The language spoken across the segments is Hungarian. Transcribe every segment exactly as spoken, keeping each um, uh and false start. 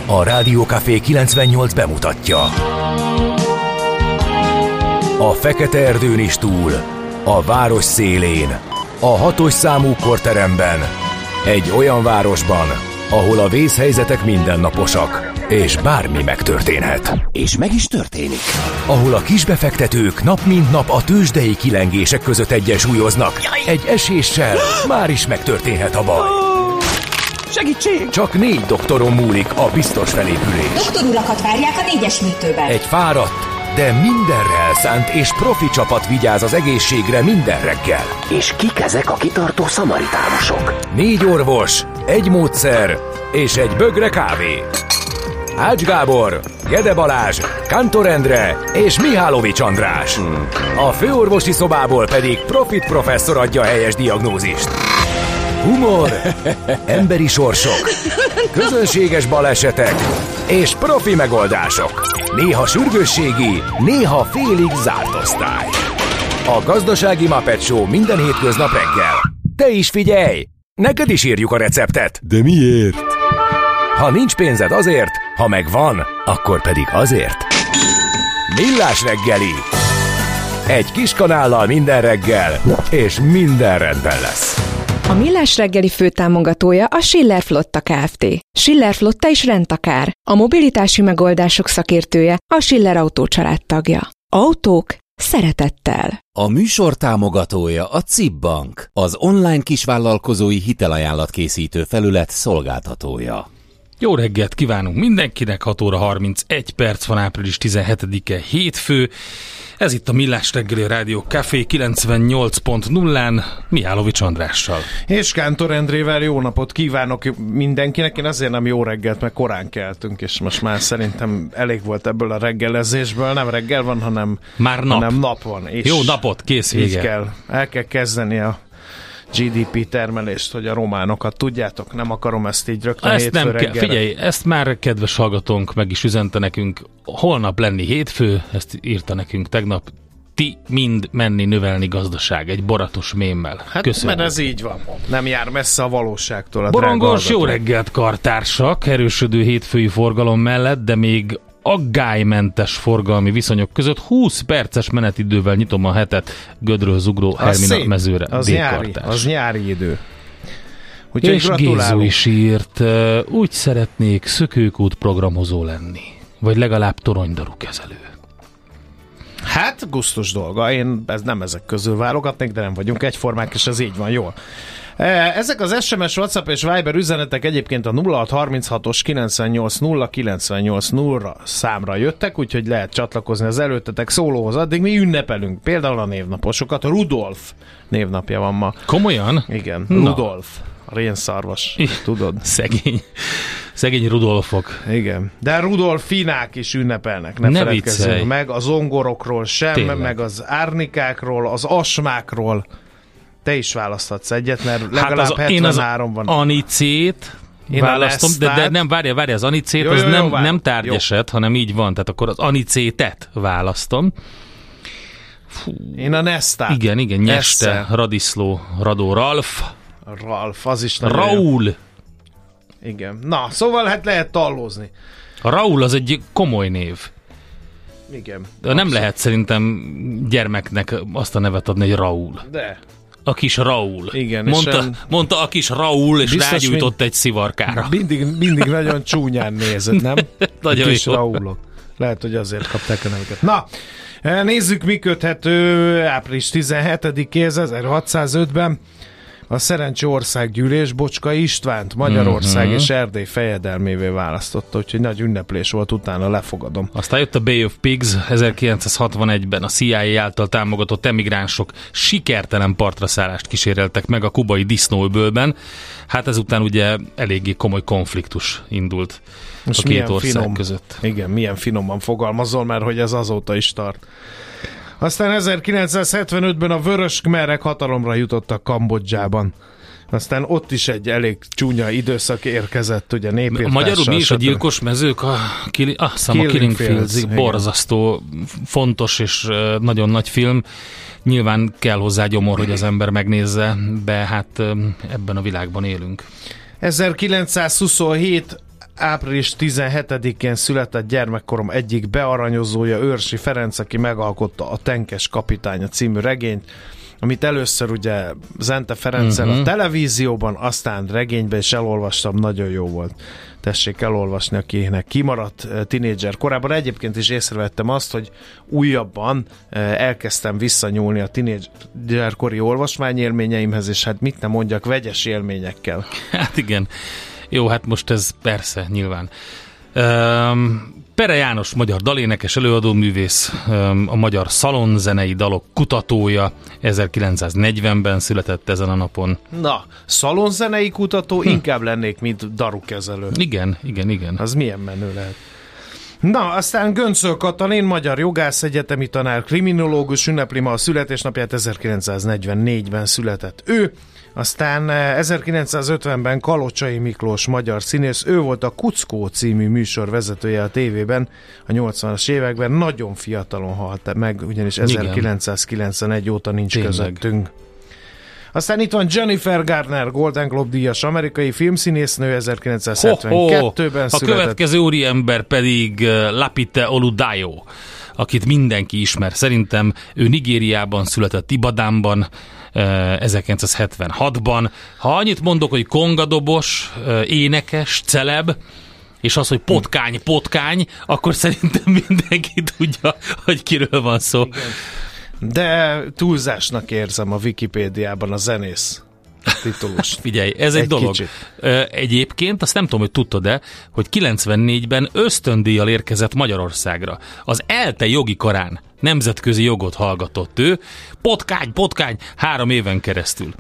A Rádió Café kilencvennyolc bemutatja. A fekete erdőn is túl, a város szélén, a hatos számú korteremben, egy olyan városban, ahol a vészhelyzetek mindennaposak, és bármi megtörténhet. És meg is történik. Ahol a kisbefektetők nap mint nap a tőzsdei kilengések között egyensúlyoznak. Egy eséssel már is megtörténhet a baj. Segítség! Csak négy doktoron múlik a biztos felépülés. Doktor urakat várják a négyes műtőben. Egy fáradt, de mindenre elszánt és profi csapat vigyáz az egészségre minden reggel. És kik ezek a kitartó szamaritánusok? Négy orvos, egy módszer és egy bögre kávé. Ács Gábor, Gede Balázs, Kántor Endre és Mihálovics András. A főorvosi szobából pedig Profit professzor adja a helyes diagnózist. Humor, emberi sorsok, közönséges balesetek és profi megoldások. Néha sürgősségi, néha félig zárt osztály. A Gazdasági Muppet Show minden hétköznap reggel. Te is figyelj! Neked is írjuk a receptet. De miért? Ha nincs pénzed azért, ha megvan, akkor pedig azért. Millás reggeli. Egy kis kanállal minden reggel, és minden rendben lesz. A Millás reggeli főtámogatója a Schiller Flotta Kft. Schiller Flotta is rendtakár. A mobilitási megoldások szakértője, a Schiller Autó család tagja. Autók szeretettel. A műsor támogatója a cé i bé Bank, az online kisvállalkozói hitelajánlatkészítő felület szolgáltatója. Jó reggelt kívánunk mindenkinek, hat óra harmincegy perc van, április tizenhetedike, hétfő. Ez itt a Millás reggeli Rádió Café kilencvennyolc pont nullán Mihálovics Andrással. És Kántor Endrével jó napot kívánok mindenkinek. Én azért nem jó reggelt, mert korán keltünk, és most már szerintem elég volt ebből a reggelezésből. Nem reggel van, hanem már nap, hanem nap van. És jó napot, kész vége. Kell, el kell kezdeni a gé dé pé termelést, hogy a románokat tudjátok, nem akarom ezt így rögtön ezt hétfő nem reggelre. Ke- figyelj, ezt már kedves hallgatónk meg is üzente nekünk, holnap lenni hétfő, ezt írta nekünk tegnap, ti mind menni növelni gazdaság, egy boratos mémmel. Hát köszönjük. mert ez így van. Nem jár messze a valóságtól. A Borongos, jó reggelt kartársak, erősödő hétfői forgalom mellett, de még aggálymentes forgalmi viszonyok között húsz perces menetidővel nyitom a hetet Gödről Zugró Hermina mezőre. Az nyári, az nyári idő. Úgyhogy és Gézu is írt, úgy szeretnék szökőkút programozó lenni, vagy legalább toronydaru kezelő. Hát, gusztus dolga. Én ez nem ezek közül válogatnék, de nem vagyunk egyformák, és ez így van jól. Ezek az es em es, WhatsApp és Viber üzenetek egyébként a nulla hat harminchatos kilencvennyolc nulla kilencvennyolc nulla számra jöttek, úgyhogy lehet csatlakozni az előttetek szólóhoz. Addig mi ünnepelünk például a névnaposokat. Rudolf névnapja van ma. Komolyan? Igen, Rudolf. A rénszarvas, tudod. Szegény. Szegény Rudolfok. Igen. De Rudolfinák is ünnepelnek, ne, ne feledkezzünk viccelj. meg. A zongorokról sem, Tényleg. meg az árnikákról, az asmákról. Te is választhatsz egyet, mert legalább hát az, hetvenhárom én van. Én az anicét választom, de, de nem, várja, várja, az anicét, jó, az jó, nem, jó, nem tárgyeset, jó. hanem így van, tehát akkor az anicétet választom. Fú. Én a Nestát. Igen, igen, Nyeste, Esze. Radiszló, Radó, Ralf. Ralf, az is nagyon Raúl. Jó. Igen. Na, szóval hát lehet tallózni. A Raúl az egy komoly név. Igen. De nem abszolút. Lehet szerintem gyermeknek azt a nevet adni, hogy Raúl. De. A kis Raúl. Igen. Mondta, és mondta a kis Raúl, és rágyújtott mind, egy szivarkára. Mindig, mindig nagyon csúnyán nézett, nem? Nagyon kis jó. Raúlok. Lehet, hogy azért kapták a nevüket. Na, nézzük, mi köthető április tizenhetedikéhez ezerhatszázötben. A Szerencsé Országgyűlés Bocska Istvánt Magyarország mm-hmm. és Erdély fejedelmévé választotta, úgyhogy nagy ünneplés volt, utána lefogadom. Aztán jött a Bay of Pigs, ezerkilencszázhatvanegyben a C I A által támogatott emigránsok sikertelen partraszállást kíséreltek meg a kubai disznóöbölben. Hát ezután ugye eléggé komoly konfliktus indult most a két ország finom, között. Igen, milyen finoman fogalmazol, mert hogy ez azóta is tart. Aztán ezerkilencszázhetvenötben a vörös khmerek hatalomra jutottak Kambodzsában. Aztán ott is egy elég csúnya időszak érkezett, ugye népírtással. Magyarul mi is a gyilkos mezők, a, Kili, ah, szám, a Killing Fields, Fields borzasztó, fontos és nagyon nagy film. Nyilván kell hozzá gyomor, hogy az ember megnézze, de hát ebben a világban élünk. ezerkilencszázhuszonhét április tizenhetedikén született gyermekkorom egyik bearanyozója, Őrsi Ferenc, aki megalkotta a Tenkes kapitánya című regényt, amit először ugye Zente Ferenccel uh-huh. a televízióban, aztán regényben is elolvastam, nagyon jó volt. Tessék elolvasni, akinek kimaradt tinédzser korában. Egyébként is észrevettem azt, hogy újabban elkezdtem visszanyúlni a tinédzserkori olvasmányélményeimhez, és hát mit nem mondjak, vegyes élményekkel. Hát igen. Jó, hát most ez persze, nyilván. Um, Pere János, magyar dalénekes, előadóművész, um, a magyar szalonzenei dalok kutatója, ezerkilencszáznegyvenben született ezen a napon. Na, szalonzenei kutató, hm. inkább lennék, mint darukezelő. Igen, igen, igen. Az milyen menő lehet. Na, aztán Göncöl Katalin, magyar jogász, egyetemi tanár, kriminológus, ünnepli ma a születésnapját, ezerkilencszáznegyvennégyben született ő. Aztán ezerkilencszázötvenben Kalocsai Miklós, magyar színész, ő volt a Kuckó című műsor vezetője a tévében a nyolcvanas években, nagyon fiatalon halt meg, ugyanis ezerkilencszázkilencvenegy óta nincs Tényleg. közöttünk. Aztán itt van Jennifer Garner, Golden Globe díjas amerikai filmszínésznő, ezerkilencszázhetvenkettőben született. A következő úriember pedig Lapite Oludayo, akit mindenki ismer. Szerintem ő Nigériában született, Ibadánban, ezerkilencszázhetvenhatban. Ha annyit mondok, hogy kongadobos, énekes, celeb, és az, hogy potkány, potkány, akkor szerintem mindenki tudja, hogy kiről van szó. Igen. De túlzásnak érzem a Wikipédiában a zenész titulus. Figyelj, ez egy, egy dolog. Kicsit. Egyébként, azt nem tudom, hogy tudtad-e, hogy kilencvennégyben ösztöndíjjal érkezett Magyarországra. Az ELTE jogi karán nemzetközi jogot hallgatott ő. Potkány, potkány, három éven keresztül.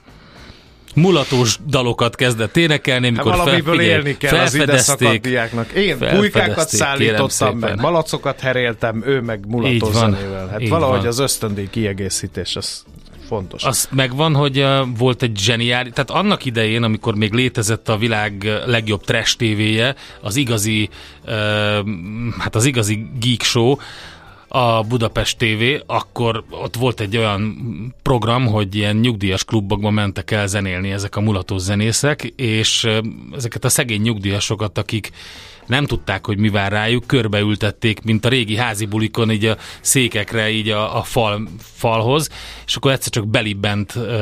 Mulatós dalokat kezdett énekelni, amikor hát valamiből fel, élni kell az ide szakadt diáknak. Én pulykákat szállítottam meg, malacokat heréltem, ő meg mulató zenével. Hát valahogy van. Az ösztöndíj kiegészítés, az fontos. Az megvan, hogy uh, volt egy zseniális, tehát annak idején, amikor még létezett a világ legjobb trash tévéje, az igazi, uh, hát az igazi geek show, a Budapest té vé, akkor ott volt egy olyan program, hogy ilyen nyugdíjas klubokban mentek el zenélni ezek a mulatós zenészek, és ezeket a szegény nyugdíjasokat, akik nem tudták, hogy mi vár rájuk, körbeültették, mint a régi házi bulikon, így a székekre, így a, a fal, falhoz, és akkor egyszer csak belibbent uh,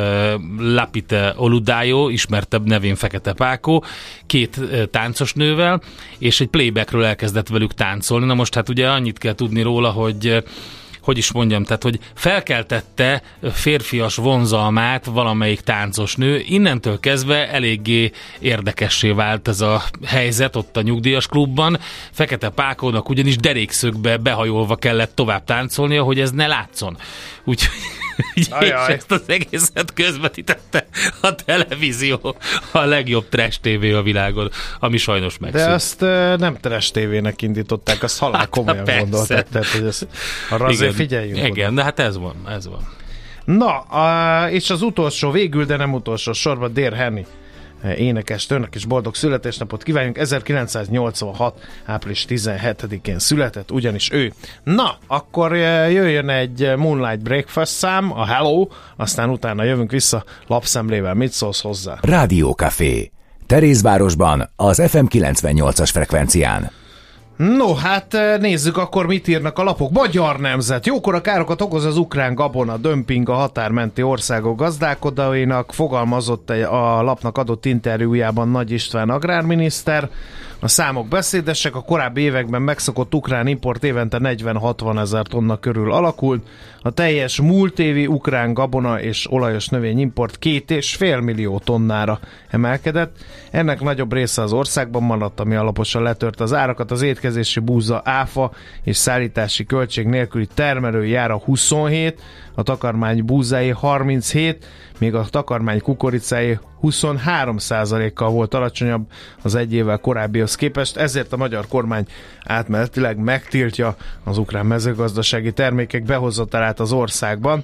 Lapite Oludayo, ismertebb nevén Fekete Pákó, két uh, táncos nővel, és egy playbackről elkezdett velük táncolni. Na most hát ugye annyit kell tudni róla, hogy uh, hogy is mondjam, tehát, hogy felkeltette férfias vonzalmát valamelyik táncos nő. Innentől kezdve eléggé érdekessé vált ez a helyzet ott a nyugdíjas klubban. Fekete Pákónak ugyanis derékszögbe behajolva kellett tovább táncolnia, hogy ez ne látszon. Úgyhogy és ezt az egészet közvetítette a televízió, a legjobb trash tévé a világon, ami sajnos megszűnt. De azt uh, nem trash tévének indították, azt halál komolyan hát, gondolták, tehát hogy ez, arra igen, azért figyeljünk. Igen, oda. De hát ez van, ez van. Na, uh, és az utolsó végül, de nem utolsó sorban Dear Henny énekest, önnek is boldog születésnapot kívánjunk. ezerkilencszáznyolcvanhat április tizenhetedikén született, ugyanis ő. Na, akkor jöjjön egy Moonlight Breakfast szám, a Hello, aztán utána jövünk vissza lapszemlével. Mit szólsz hozzá? Rádiókafé. Terézvárosban, az ef em kilencvennyolcas frekvencián. No, hát nézzük akkor, mit írnak a lapok. Magyar Nemzet. Jókora károkat okoz az ukrán gabona dömping a határmenti országok gazdálkodóinak, fogalmazott a lapnak adott interjújában Nagy István agrárminiszter. A számok beszédesek, a korábbi években megszokott ukrán import évente negyven-hatvan ezer tonna körül alakult. A teljes múlt évi ukrán gabona és olajos növényimport két és fél millió tonnára emelkedett. Ennek nagyobb része az országban maradt, ami alaposan letört az árakat. Az étkezési búza áfa és szállítási költség nélküli termelői ára huszonhét, a takarmány búzái harminchét, még a takarmány kukoricái huszonhárom százalékkal volt alacsonyabb az egy évvel korábbihoz képest, ezért a magyar kormány átmenetileg megtiltja az ukrán mezőgazdasági termékek behozatalát az országban.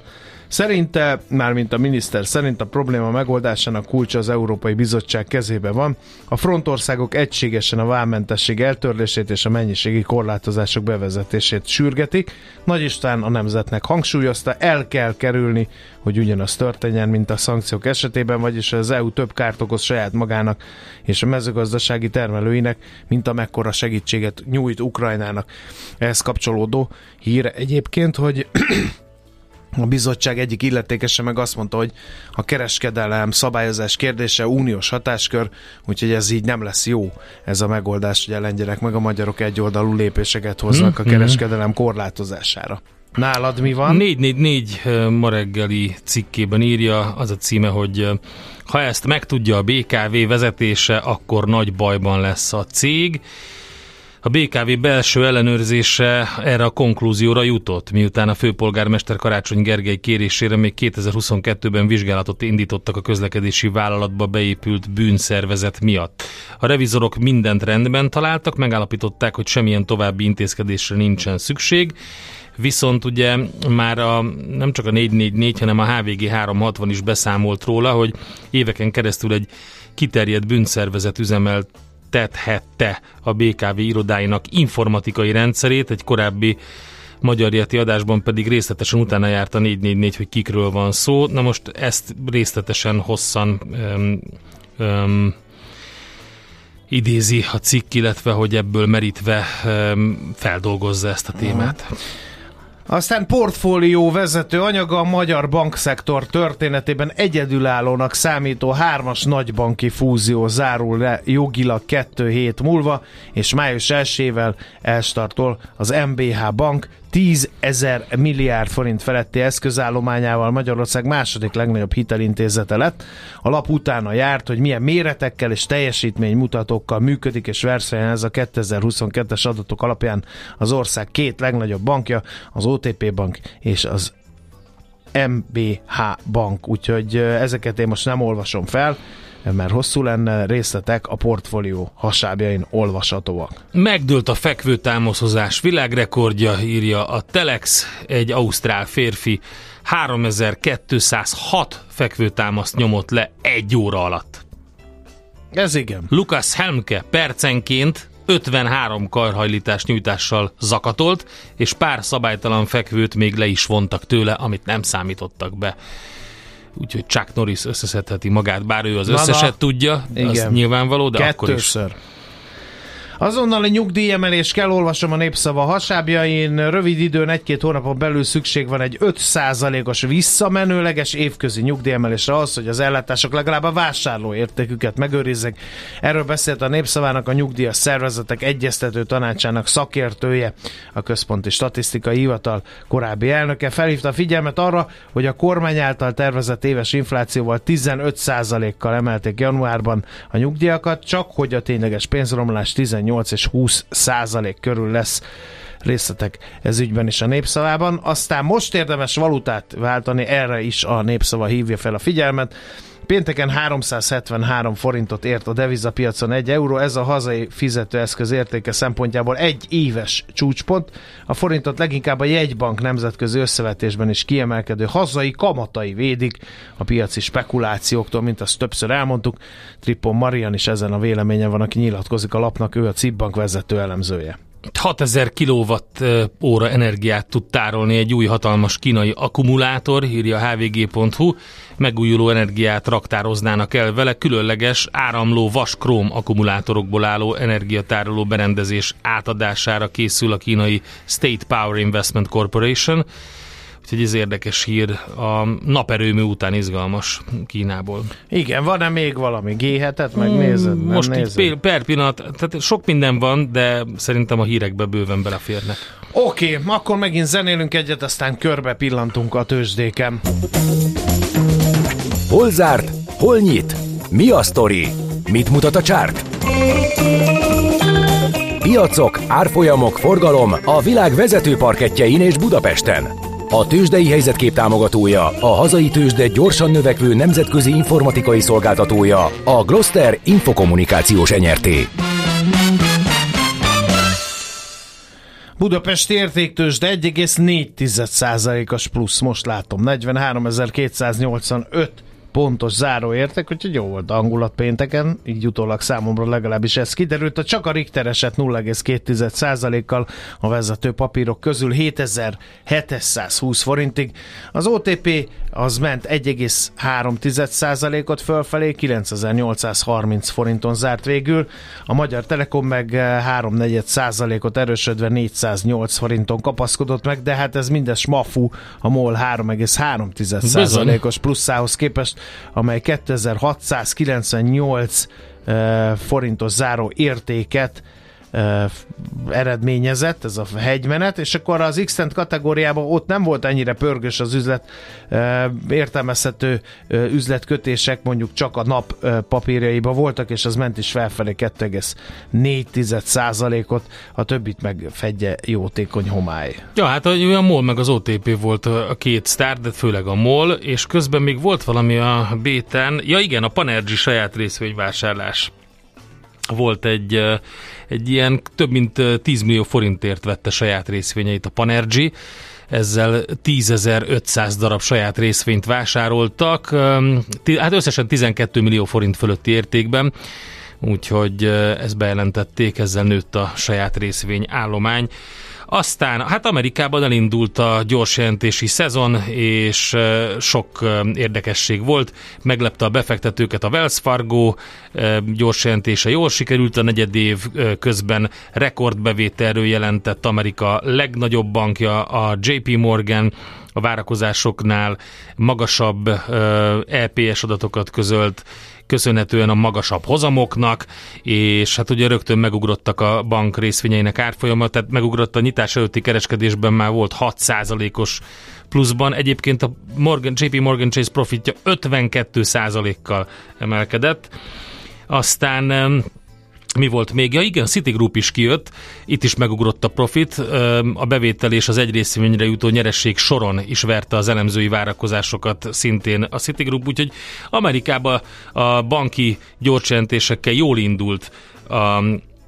Szerinte, mármint a miniszter szerint a probléma megoldásának kulcsa az Európai Bizottság kezében van. A frontországok egységesen a vámmentesség eltörlését és a mennyiségi korlátozások bevezetését sürgetik. Nagy István a Nemzetnek hangsúlyozta, el kell kerülni, hogy ugyanaz történjen, mint a szankciók esetében, vagyis az é u több kárt okoz saját magának és a mezőgazdasági termelőinek, mint amekkora segítséget nyújt Ukrajnának. Ehhez kapcsolódó hír egyébként, hogy a bizottság egyik illetékese meg azt mondta, hogy a kereskedelem szabályozás kérdése uniós hatáskör, úgyhogy ez így nem lesz jó, ez a megoldás, hogy a lengyelek meg a magyarok egyoldalú lépéseket hoznak a kereskedelem korlátozására. Nálad mi van? négy négy négy ma reggeli cikkében írja, az a címe, hogy ha ezt megtudja a bé ká vé vezetése, akkor nagy bajban lesz a cég. A bé ká vé belső ellenőrzése erre a konklúzióra jutott, miután a főpolgármester Karácsony Gergely kérésére még kétezer-huszonkettőben vizsgálatot indítottak a közlekedési vállalatba beépült bűnszervezet miatt. A revizorok mindent rendben találtak, megállapították, hogy semmilyen további intézkedésre nincsen szükség, viszont ugye már a, nem csak a négy négy négy, hanem a há vé gé háromszázhatvan is beszámolt róla, hogy éveken keresztül egy kiterjedt bűnszervezet üzemelt tethette a bé ká vé irodáinak informatikai rendszerét, egy korábbi Magyar Yeti adásban pedig részletesen utána járt a négy négy négy, hogy kikről van szó. Na most ezt részletesen hosszan öm, öm, idézi a cikk, illetve hogy ebből merítve öm, feldolgozza ezt a témát. Aztán portfólió vezető anyaga a magyar bankszektor történetében egyedülállónak számító hármas nagybanki fúzió zárul le jogilag kettő hét múlva, és május elsejével elstartol az em bé há Bank tízezer milliárd forint feletti eszközállományával Magyarország második legnagyobb hitelintézete lett. A lap utána járt, hogy milyen méretekkel és teljesítménymutatókkal működik és versenyez a kétezer-huszonkettes adatok alapján az ország két legnagyobb bankja, az o té pé Bank és az em bé há Bank. Úgyhogy ezeket én most nem olvasom fel, mert hosszú lenne, részletek a portfólió hasábjain olvashatóak. Megdőlt a fekvőtámaszozás világrekordja, írja a Telex, egy ausztrál férfi háromezer-kétszázhat fekvőtámaszt nyomott le egy óra alatt. Ez igen. Lukas Helmke percenként ötvenhárom karhajlítás nyújtással zakatolt, és pár szabálytalan fekvőt még le is vontak tőle, amit nem számítottak be. Úgyhogy Chuck Norris összeszedheti magát, bár ő az na, összeset na. tudja, igen. Az nyilvánvaló, de Kettőször. akkor is. Azonnal a nyugdíjemelés kell, olvasom a Népszava hasábjain. Rövid időn, egy-két hónapon belül szükség van egy öt százalékos visszamenőleges évközi nyugdíjemelésre az, hogy az ellátások legalább a vásárlóértéküket megőrizzék. Erről beszélt a Népszavának a Nyugdíjas Szervezetek Egyeztető Tanácsának szakértője, a Központi Statisztikai Hivatal korábbi elnöke. Felhívta a figyelmet arra, hogy a kormány által tervezett éves inflációval tizenöt százalékkal emelték januárban a nyugdíjakat, csak hogy a tényleges pénzromlás tizennyolc és húsz százalék körül lesz. Részletek ez ügyben is a Népszavában. Aztán most érdemes valutát váltani, erre is a Népszava hívja fel a figyelmet. Pénteken háromszázhetvenhárom forintot ért a devizapiacon egy euró, ez a hazai fizetőeszköz értéke szempontjából egy éves csúcspont. A forintot leginkább a jegybank nemzetközi összevetésben is kiemelkedő hazai kamatai védik a piaci spekulációktól, mint azt többször elmondtuk. Trippon Marian is ezen a véleményen van, aki nyilatkozik a lapnak, ő a Cibbank vezető elemzője. hatezer kilowatt óra energiát tud tárolni egy új hatalmas kínai akkumulátor, írja a há vé gé pont hú. Megújuló energiát raktároznának el vele, különleges áramló vaskróm akkumulátorokból álló energiatároló berendezés átadására készül a kínai State Power Investment Corporation. Úgyhogy ez érdekes hír, a naperőmű után izgalmas Kínából. Igen, van-e még valami? gé hetet megnézed? Hmm, most nézed? Így per pillanat, tehát sok minden van, de szerintem a hírekbe bőven beleférnek. Oké, okay, akkor megint zenélünk egyet, aztán körbe pillantunk a tőzsdéken. Hol zárt? Hol nyit? Mi a sztori? Mit mutat a csárt? Piacok, árfolyamok, forgalom a világ vezető parkettjein és Budapesten. A tőzsdei helyzetkép támogatója, a hazai tőzsde gyorsan növekvő nemzetközi informatikai szolgáltatója, a Gloster Infokommunikációs Enyerté. Budapesti értéktőzsde egy egész négy százalékos plusz, most látom, negyvenháromezer-kétszáznyolcvanöt pontos záróérték, úgyhogy jó volt a hangulat pénteken, így utólag számomra legalábbis ez kiderült. A csak a Richter esett nulla egész két százalékkal a vezető papírok közül hétezer-hétszázhúsz forintig. Az o té pé az ment egy egész három százalékot fölfelé, kilencezer-nyolcszázharminc forinton zárt végül. A Magyar Telekom meg három negyed százalékot erősödve négyszáznyolc forinton kapaszkodott meg, de hát ez mindez smafu a MOL három egész három százalékos plusszához képest, amely kétezer-hatszázkilencvennyolc uh, forintos záró értéket uh, eredményezett, ez a hegymenet, és akkor az X-Tent kategóriában ott nem volt ennyire pörgős az üzlet, uh, értelmezhető uh, üzletkötések mondjuk csak a nap uh, papírjaiban voltak, és az ment is felfelé kettő egész négy százalékot, a többit meg fedje jótékony homály. Ja, hát a MOL meg az o té pé volt a két sztár, de főleg a MOL, és közben még volt valami a Béten, ja igen, a Panergy saját részvényvásárlás. Volt egy, egy ilyen több mint tíz millió forintért vette saját részvényeit a Panergy, ezzel tízezer-ötszáz darab saját részvényt vásároltak, hát összesen tizenkét millió forint fölötti értékben, úgyhogy ezt bejelentették, ezzel nőtt a saját részvény állomány. Aztán hát Amerikában elindult a gyorsjelentési szezon, és sok érdekesség volt. Meglepte a befektetőket a Wells Fargo gyorsjelentése, jól sikerült, a negyedév közben rekordbevételről jelentett Amerika legnagyobb bankja, a jé pé Morgan, a várakozásoknál magasabb é pé es adatokat közölt, köszönhetően a magasabb hozamoknak, és hát ugye rögtön megugrottak a bank részvényeinek árfolyama, tehát megugrott a nyitás előtti kereskedésben, már volt hat százalékos pluszban. Egyébként a Morgan, jé pé Morgan Chase profitja ötvenkét százalékkal emelkedett. Aztán mi volt még? Ja igen, a Citigroup is kijött, itt is megugrott a profit, a bevétel és az egy részvényre jutó nyeresség soron is verte az elemzői várakozásokat szintén a Citigroup, úgyhogy Amerikában a banki gyorsjelentésekkel jól indult a,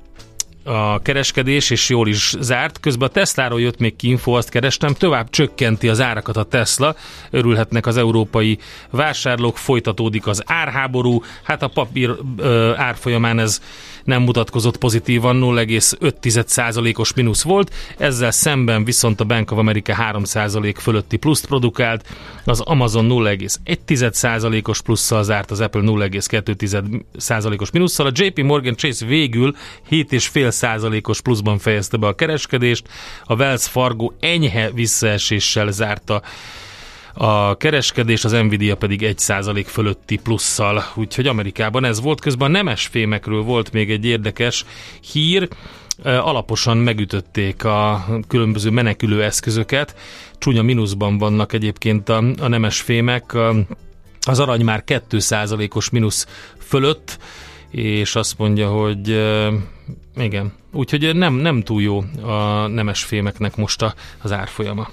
a kereskedés, és jól is zárt. Közben a Tesláról jött még ki info, azt kerestem, tovább csökkenti az árakat a Tesla, örülhetnek az európai vásárlók, folytatódik az árháború, hát a papír ö, árfolyamán ez nem mutatkozott pozitívan, nulla egész öt százalékos mínusz volt, ezzel szemben viszont a Bank of America három százalék fölötti pluszt produkált, az Amazon nulla egész egy százalékos plusszal zárt, az Apple nulla egész kettő százalékos mínusszal, a jé pé Morgan Chase végül hét egész öt százalékos pluszban fejezte be a kereskedést, a Wells Fargo enyhe visszaeséssel zárta a kereskedés, az Nvidia pedig egy százalék fölötti plusszal, úgyhogy Amerikában ez volt. Közben a nemes fémekről volt még egy érdekes hír, alaposan megütötték a különböző menekülő eszközöket, csúnya mínuszban vannak egyébként a, a nemes fémek, az arany már két százalékos mínusz fölött, és azt mondja, hogy igen, úgyhogy nem, nem túl jó a nemes fémeknek most a, az árfolyama.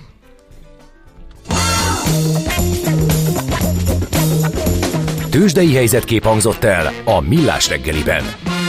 Tőzsdei helyzetkép hangzott el a Millás reggeliben.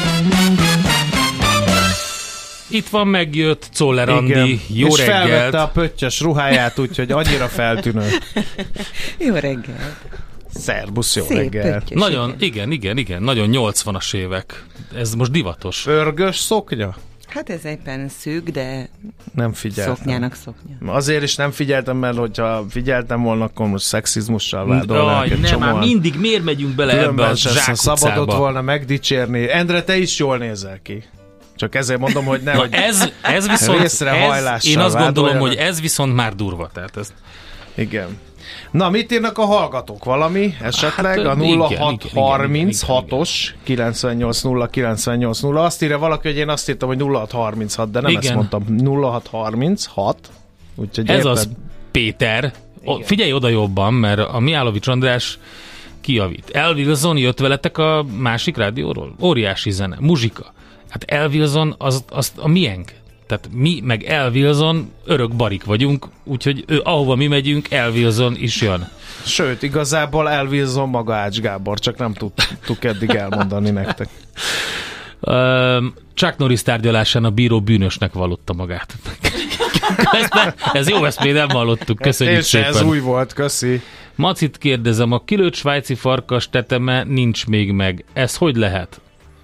Itt van, megjött Czoller Andi, jó és reggelt. felvette a pöttyös ruháját, úgyhogy annyira feltűnő. Jó reggelt. Szerbusz, jó Szép reggel. pöttyös, Nagyon, igen, igen, igen, nagyon nyolcvanas évek. Ez most divatos. Pörgős szoknya? Hát ez éppen szűk, de Nem figyeltem. szoknyának szoknya. Azért is nem figyeltem, mert hogyha figyeltem volna, akkor most szexizmussal vádolnák Aj, egy nem, már csomóan. mindig miért megyünk bele ebbe Különben a sem zsákutcába? szabadott volna megdicsérni. Endre, te is jól nézel ki. Csak ezért mondom, hogy Na nehogy ez, ez viszont, ez, részrehajlással én azt gondolom, vádoljanak. hogy ez viszont már durva. Tehát ez, Igen. Na, mit írnak a hallgatók? Valami esetleg? Hát, a igen, nulla igen, hat igen, igen, harminchatos kilencvennyolc nulla kilencvennyolc nulla. Azt írja valaki, hogy én azt írtam, hogy nulla hat harminchat, de nem Igen. ezt mondtam. nulla hat harminchat. Úgyhogy ez érted? az Péter. O, figyelj oda jobban, mert a Mihálovics András kijavít. El Wilson jött veletek a másik rádióról? Óriási zene, muzsika. Hát El Wilson az, az a miénk. Tehát mi meg El Wilson örök barik vagyunk, úgyhogy ő, ahova mi megyünk, El Wilson is jön. Sőt, igazából El Wilson maga Ács Gábor, csak nem tudtuk eddig elmondani nektek. Uh, Chuck Norris tárgyalásán a bíró bűnösnek vallotta magát. Ez jó, ezt még nem hallottuk. Köszönjük és szépen. Ez új volt, köszi. Macit kérdezem, a kilőtt svájci farkas teteme nincs még meg. Ez hogy lehet?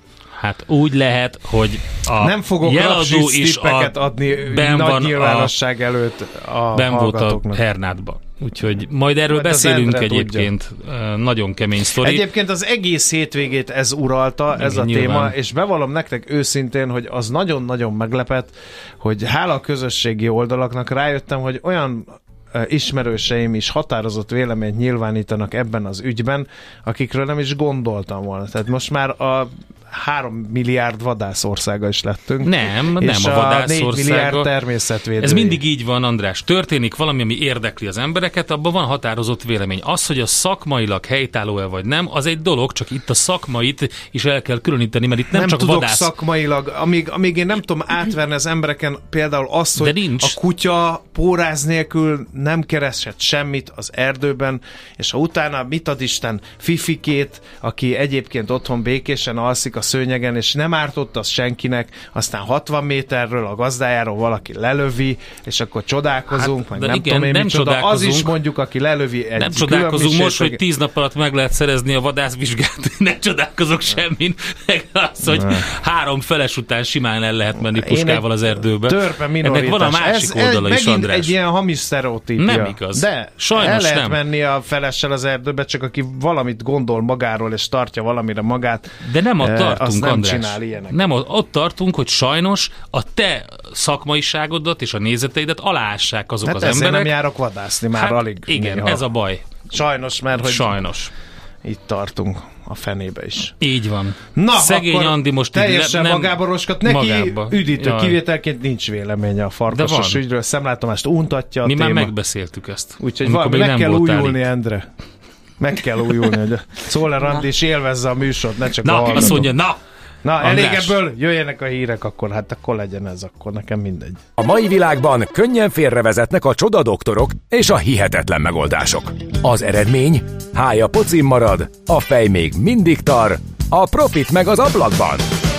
Hát úgy lehet, hogy a nem fogok jeladó is a adni nagy nyilvánosság a, előtt a ben volt a Hernádba. Úgyhogy majd erről majd beszélünk egyébként. Tudja. Nagyon kemény sztori. Egyébként az egész hétvégét ez uralta, ez a nyilván. Téma, és bevallom nektek őszintén, hogy az nagyon-nagyon meglepett, hogy hála a közösségi oldalaknak rájöttem, hogy olyan ismerőseim is határozott véleményt nyilvánítanak ebben az ügyben, akikről nem is gondoltam volna. Tehát most már a három milliárd vadászországa is lettünk. Nem, és nem a vadászországa. négy milliárd természetvédő. Ez mindig így van, András. Történik valami, ami érdekli az embereket, abban van határozott vélemény. Az, hogy a szakmailag helytálló-e vagy nem, az egy dolog, csak itt a szakmait is el kell különíteni, mert itt nem, nem csak tudok vadász. szakmailag, amíg, amíg én nem tudom átverni az embereken például azt, hogy a kutya póráz nélkül nem kereshet semmit az erdőben, és ha utána mit ad Isten Fifikét, aki egyébként otthon békésen alszik a szőnyegen, és nem ártott az senkinek, aztán hatvan méterről a gazdájáról valaki lelövi, és akkor csodálkozunk, hát, meg nem igen, tudom én nem micsoda. Az is mondjuk, aki lelövi egy nem csodálkozunk most, hogy tíz nap alatt meg lehet szerezni a vadászvizsgát, nem csodálkozok semmin, az, hogy ne. három feles után simán el lehet menni puskával az erdőbe. Törpe minoritás. Ennek van a másik ez, oldala ez is, András. egy ilyen hamis sztereotípia. Nem igaz. De sajnos el lehet nem. menni a felessel az erdőbe, csak aki valamit gondol magáról, és tartja valamire magát. De nem ott tartunk, nem András. csinál ilyenek. Nem, ott tartunk, hogy sajnos a te szakmaiságodat és a nézeteidet aláássák azok hát az emberek. nem járok vadászni, már hát alig. Igen, néha. Ez a baj. Sajnos, mert hogy sajnos. Itt tartunk a fenébe is. Így van. Na, szegény Andi most teljesen nem magába roskat. Neki magába. Üdítő Jaj. Kivételként nincs véleménye a farkasos ügyről. Szemlátomást untatja a Mi téma. már megbeszéltük ezt. Úgyhogy valami meg kell újulni, itt. Endre. Meg kell újulni, hogy a Czoller Andi is élvezze a műsort, ne csak na, a hallgatók. azt mondja, na! Na, elég ebből, jöjjenek a hírek, akkor hát akkor legyen ez, akkor nekem mindegy. A mai világban könnyen félrevezetnek a csodadoktorok és a hihetetlen megoldások. Az eredmény? Hája pocim marad, a fej még mindig tar, a profit meg az ablakban.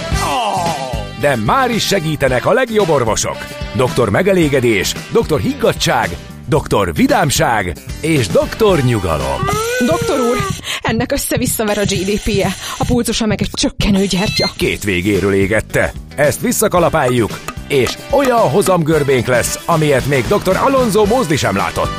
De már is segítenek a legjobb orvosok. Doktor Megelégedés, Doktor Higgadtság, Doktor Vidámság és Doktor Nyugalom. Doktor úr, ennek össze-visszaver a gé dé pé-je, a pulzusa meg egy csökkenő gyertya. Két végéről égette. Ezt visszakalapáljuk, és olyan hozamgörbénk lesz, amilyet még Doktor Alonso Mózdi sem látott.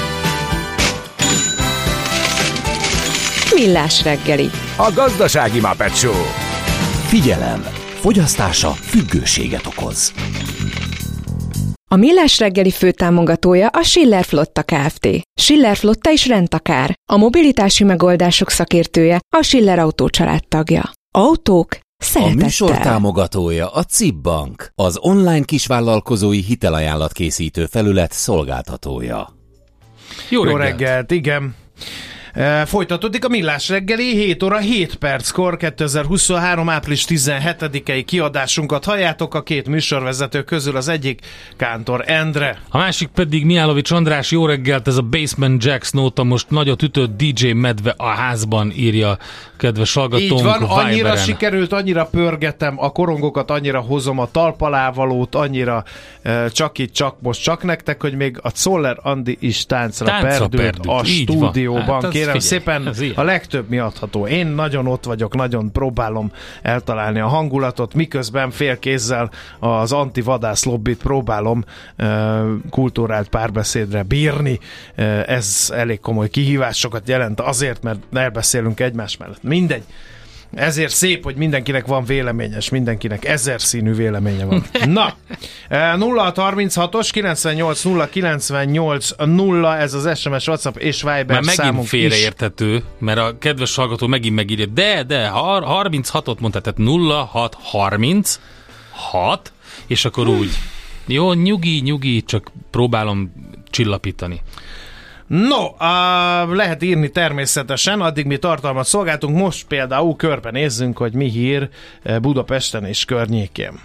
Millás reggeli. A gazdasági Muppet Show. Figyelem! Fogyasztása függőséget okoz. A Millás reggeli főtámogatója a Schiller Flotta Kft. Schiller Flotta és Rendtakár, a mobilitási megoldások szakértője, a Schiller Autó családtagja. Autók szeretettel. A műsor támogatója a Cibbank, az online kisvállalkozói hitelajánlat készítő felület szolgáltatója. Jó, Jó reggelt. reggelt, igen. E, folytatódik a Millás reggeli, hét óra hét perckor, kétezer-huszonhárom. április tizenhetedikei kiadásunkat halljátok, a két műsorvezető közül az egyik Kántor Endre. A másik pedig Mihálovics András. Jó reggelt, ez a Basement Jacks nóta most nagyot ütött dé dzsé Medve a házban, írja kedves hallgatónk. Így van, annyira Viberen. sikerült, annyira pörgetem a korongokat, annyira hozom a talpalávalót, annyira e, csak itt, csak most, csak nektek, hogy még a Czoller Andi is táncra, táncra perdült, perdült a így stúdióban. Hát kérem figyelj, szépen, a legtöbb mi adható. Én nagyon ott vagyok, nagyon próbálom eltalálni a hangulatot, miközben félkézzel az anti-vadász lobbit próbálom e, kulturált párbeszédre bírni. E, ez elég komoly kihívásokat jelent azért, mert elbeszélünk egymás mellett. Mindegy. Ezért szép, hogy mindenkinek van véleményes, mindenkinek ezer színű véleménye van. Na, nulla hat harminchatos kilencvennyolc nulla kilencvennyolc nulla, ez az es em es, WhatsApp és Viber már számunk megint félreérthető, mert a kedves hallgató megint megírja, de, de, harminchatot mondta, tehát nulla hat harminchat, és akkor úgy. Jó, nyugi, nyugi, csak próbálom csillapítani. No, uh, lehet írni természetesen, addig mi tartalmat szolgáltunk, most például körbenézzünk, hogy mi hír Budapesten és környékén.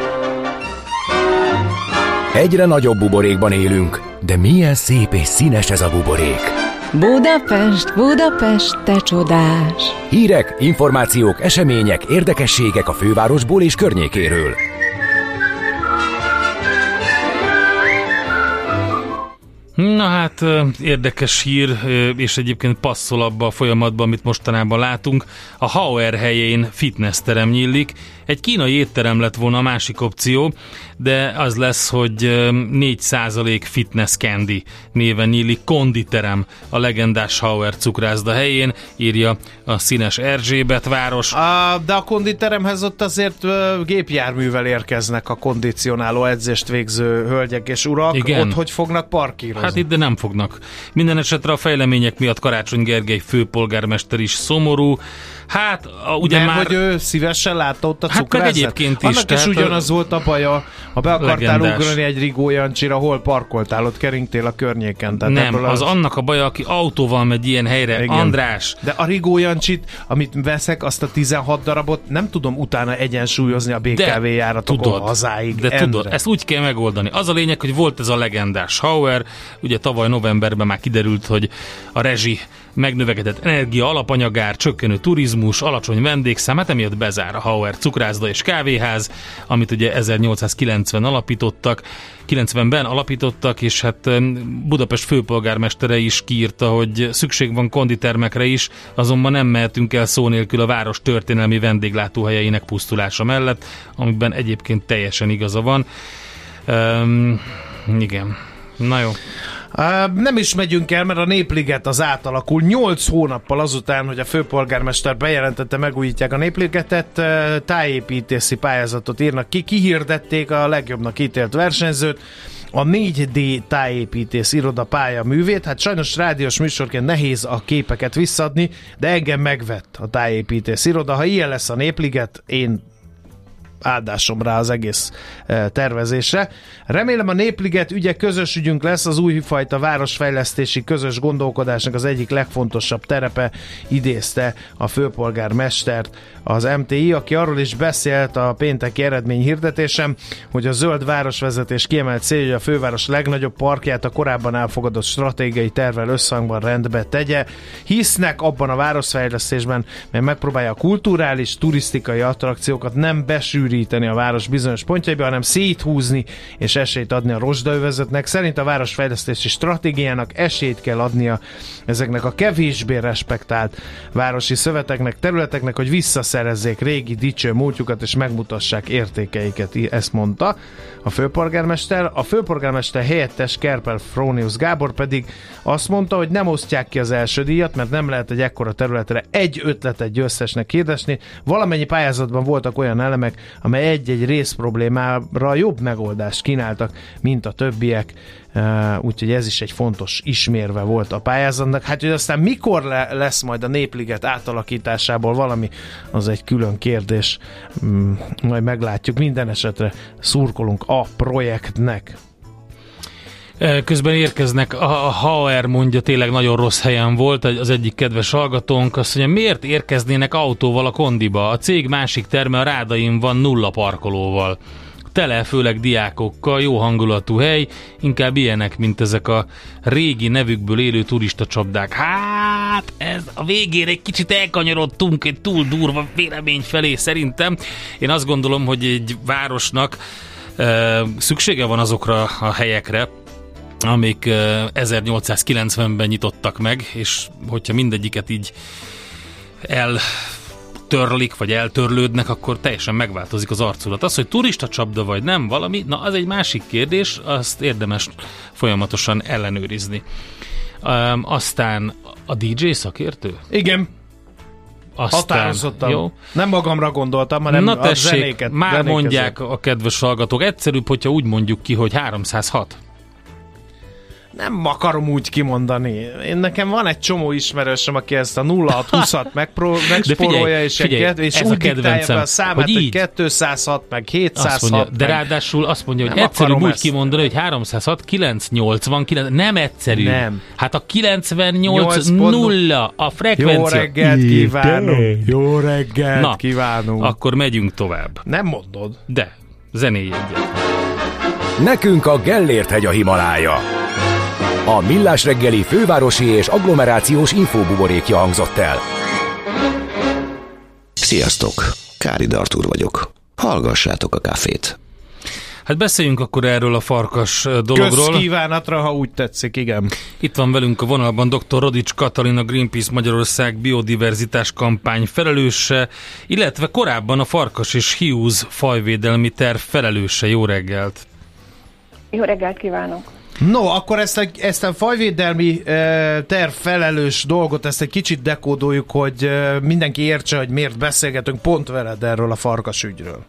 Egyre nagyobb buborékban élünk, de milyen szép és színes ez a buborék. Budapest, Budapest, te csodás! Hírek, információk, események, érdekességek a fővárosból és környékéről. Na hát érdekes hír, és egyébként passzol abba a folyamatban, amit mostanában látunk. A Hauer helyén fitnessterem nyílik. Egy kínai étterem lett volna a másik opció, de az lesz, hogy négy százalék fitness candy néven nyílik konditerem a legendás Hauer cukrászda helyén, írja a Színes Erzsébet város. A, de a konditeremhez ott azért uh, gépjárművel érkeznek a kondicionáló edzést végző hölgyek és urak. Igen. Ott hogy fognak parkírozni? Hát itt de nem fognak. Minden esetre a fejlemények miatt Karácsony Gergely főpolgármester is szomorú. Hát, a, ugye Mert már... hogy ő szívesen látta ott a hát cukrászat? egyébként is. Annak is ugyanaz a... volt a baja, ha be akartál legendás. ugrani egy Rigó Jancsira, hol parkoltál, ott keringtél a környéken. Tehát nem, az, az annak a baja, aki autóval megy ilyen helyre. Igen. András. De a Rigó Jancsit, amit veszek, azt a tizenhat darabot, nem tudom utána egyensúlyozni a bé ká vé járatokon hazáig. De Endre. Tudod, ezt úgy kell megoldani. Az a lényeg, hogy volt ez a legendás Hauer, ugye tavaly novemberben már kiderült, hogy a rezsi megnövekedett energia, alapanyagár, csökkenő turizmus, alacsony vendégszám, hát emiatt bezár a Hauer cukrászda és kávéház, amit ugye ezernyolcszázkilencven alapítottak, kilencvenben alapítottak, és hát Budapest főpolgármestere is kiírta, hogy szükség van konditermekre is, azonban nem mehetünk el szó nélkül a város történelmi vendéglátóhelyeinek pusztulása mellett, amiben egyébként teljesen igaza van. Um, igen. Na jó. Uh, nem is megyünk el, mert a Népliget az átalakul. nyolc hónappal azután, hogy a főpolgármester bejelentette, megújítják a Népligetet, uh, tájépítési pályázatot írnak ki, kihirdették a legjobbnak ítélt versenyzőt, a négy dé tájépítész iroda pálya művét. Hát sajnos rádiós műsorként nehéz a képeket visszadni, de engem megvett a tájépítész iroda. Ha ilyen lesz a Népliget, én áldásom rá az egész tervezésre. Remélem a Népliget ügye közös ügyünk lesz, az újfajta városfejlesztési közös gondolkodásnak az egyik legfontosabb terepe, idézte a főpolgármestert az em té i, aki arról is beszélt a pénteki eredményhirdetésem, hogy a zöld városvezetés kiemelt célja, hogy a főváros legnagyobb parkját a korábban elfogadott stratégiai tervvel összhangban rendbe tegye. Hisznek abban a városfejlesztésben, mely megpróbálja a kulturális, turisztikai attrakciókat nem besűríteni a város bizonyos pontjaiba, hanem széthúzni és esélyt adni a rozsdaövezetnek. Szerint a városfejlesztési stratégiának esélyt kell adnia ezeknek a kevésbé respektált városi szöveteknek, területeknek, hogy visszaszerezzék régi dicső múltjukat és megmutassák értékeiket, ezt mondta a főpolgármester. A főpolgármester helyettes Kerpel Frónius Gábor pedig azt mondta, hogy nem osztják ki az első díjat, mert nem lehet egy ekkora területre egy ötletet győztesnek hirdesni. Valamennyi pályázatban voltak olyan elemek, amely egy-egy rész problémára jobb megoldást kínáltak, mint a többiek. Uh, úgyhogy ez is egy fontos ismérve volt a pályázatnak. Hát, hogy aztán mikor le- lesz majd a Népliget átalakításából valami, az egy külön kérdés. Mm, majd meglátjuk. Minden esetre szurkolunk a projektnek. Közben érkeznek, a Hauer mondja, tényleg nagyon rossz helyen volt, az egyik kedves hallgatónk, azt mondja, miért érkeznének autóval a kondiba? A cég másik terme a Rádain van nulla parkolóval. Tele, főleg diákokkal, jó hangulatú hely, inkább ilyenek, mint ezek a régi nevükből élő turista csapdák. Hát, ez a végére egy kicsit elkanyarodtunk egy túl durva vélemény felé szerintem. Én azt gondolom, hogy egy városnak e, szüksége van azokra a helyekre, amik ezernyolcszázkilencvenben nyitottak meg, és hogyha mindegyiket így eltörlik, vagy eltörlődnek, akkor teljesen megváltozik az arculat. Az, hogy turista csapda vagy nem valami, na az egy másik kérdés, azt érdemes folyamatosan ellenőrizni. Um, aztán a dé dzsé szakértő? Igen. Aztán, határozottan. Jó. Nem magamra gondoltam, hanem na a tessék, zenéket. már zenéket mondják a kedves hallgatók, egyszerűbb, hogyha úgy mondjuk ki, hogy háromszázhat. Nem akarom úgy kimondani. Én nekem van egy csomó ismerősöm, aki ezt a nulla hat húszat megspórolja, és, figyelj, és úgy diktálja be a számát, hogy, hogy kétszázhat, meg hétszázhat. Mondja, meg... De ráadásul azt mondja, hogy egyszerűbb úgy ezt kimondani, hogy háromszázhat, kilencszáznyolcvankilenc. Nem egyszerű. Nem. Hát a kilencvennyolc nulla a frekvencia. Jó reggelt kívánunk. Jó reggelt Na, kívánunk. Akkor megyünk tovább. Nem mondod. De, zenéj egyet. Nekünk a Gellért-hegy a Himalája. A Millás reggeli fővárosi és agglomerációs infóbuborékja hangzott el. Sziasztok! Kárid Artúr vagyok. Hallgassátok a Cafét. Hát beszéljünk akkor erről a farkas dologról. Közkívánatra, ha úgy tetszik, igen. Itt van velünk a vonalban doktor Rodics Katalin, a Greenpeace Magyarország biodiverzitás kampány felelőse, illetve korábban a farkas és hiúz fajvédelmi terv felelőse. Jó reggelt! Jó reggelt kívánok! No, akkor ezt a, ezt a fajvédelmi e, terv felelős dolgot, ezt egy kicsit dekódoljuk, hogy e, mindenki értse, hogy miért beszélgetünk pont veled erről a farkas ügyről.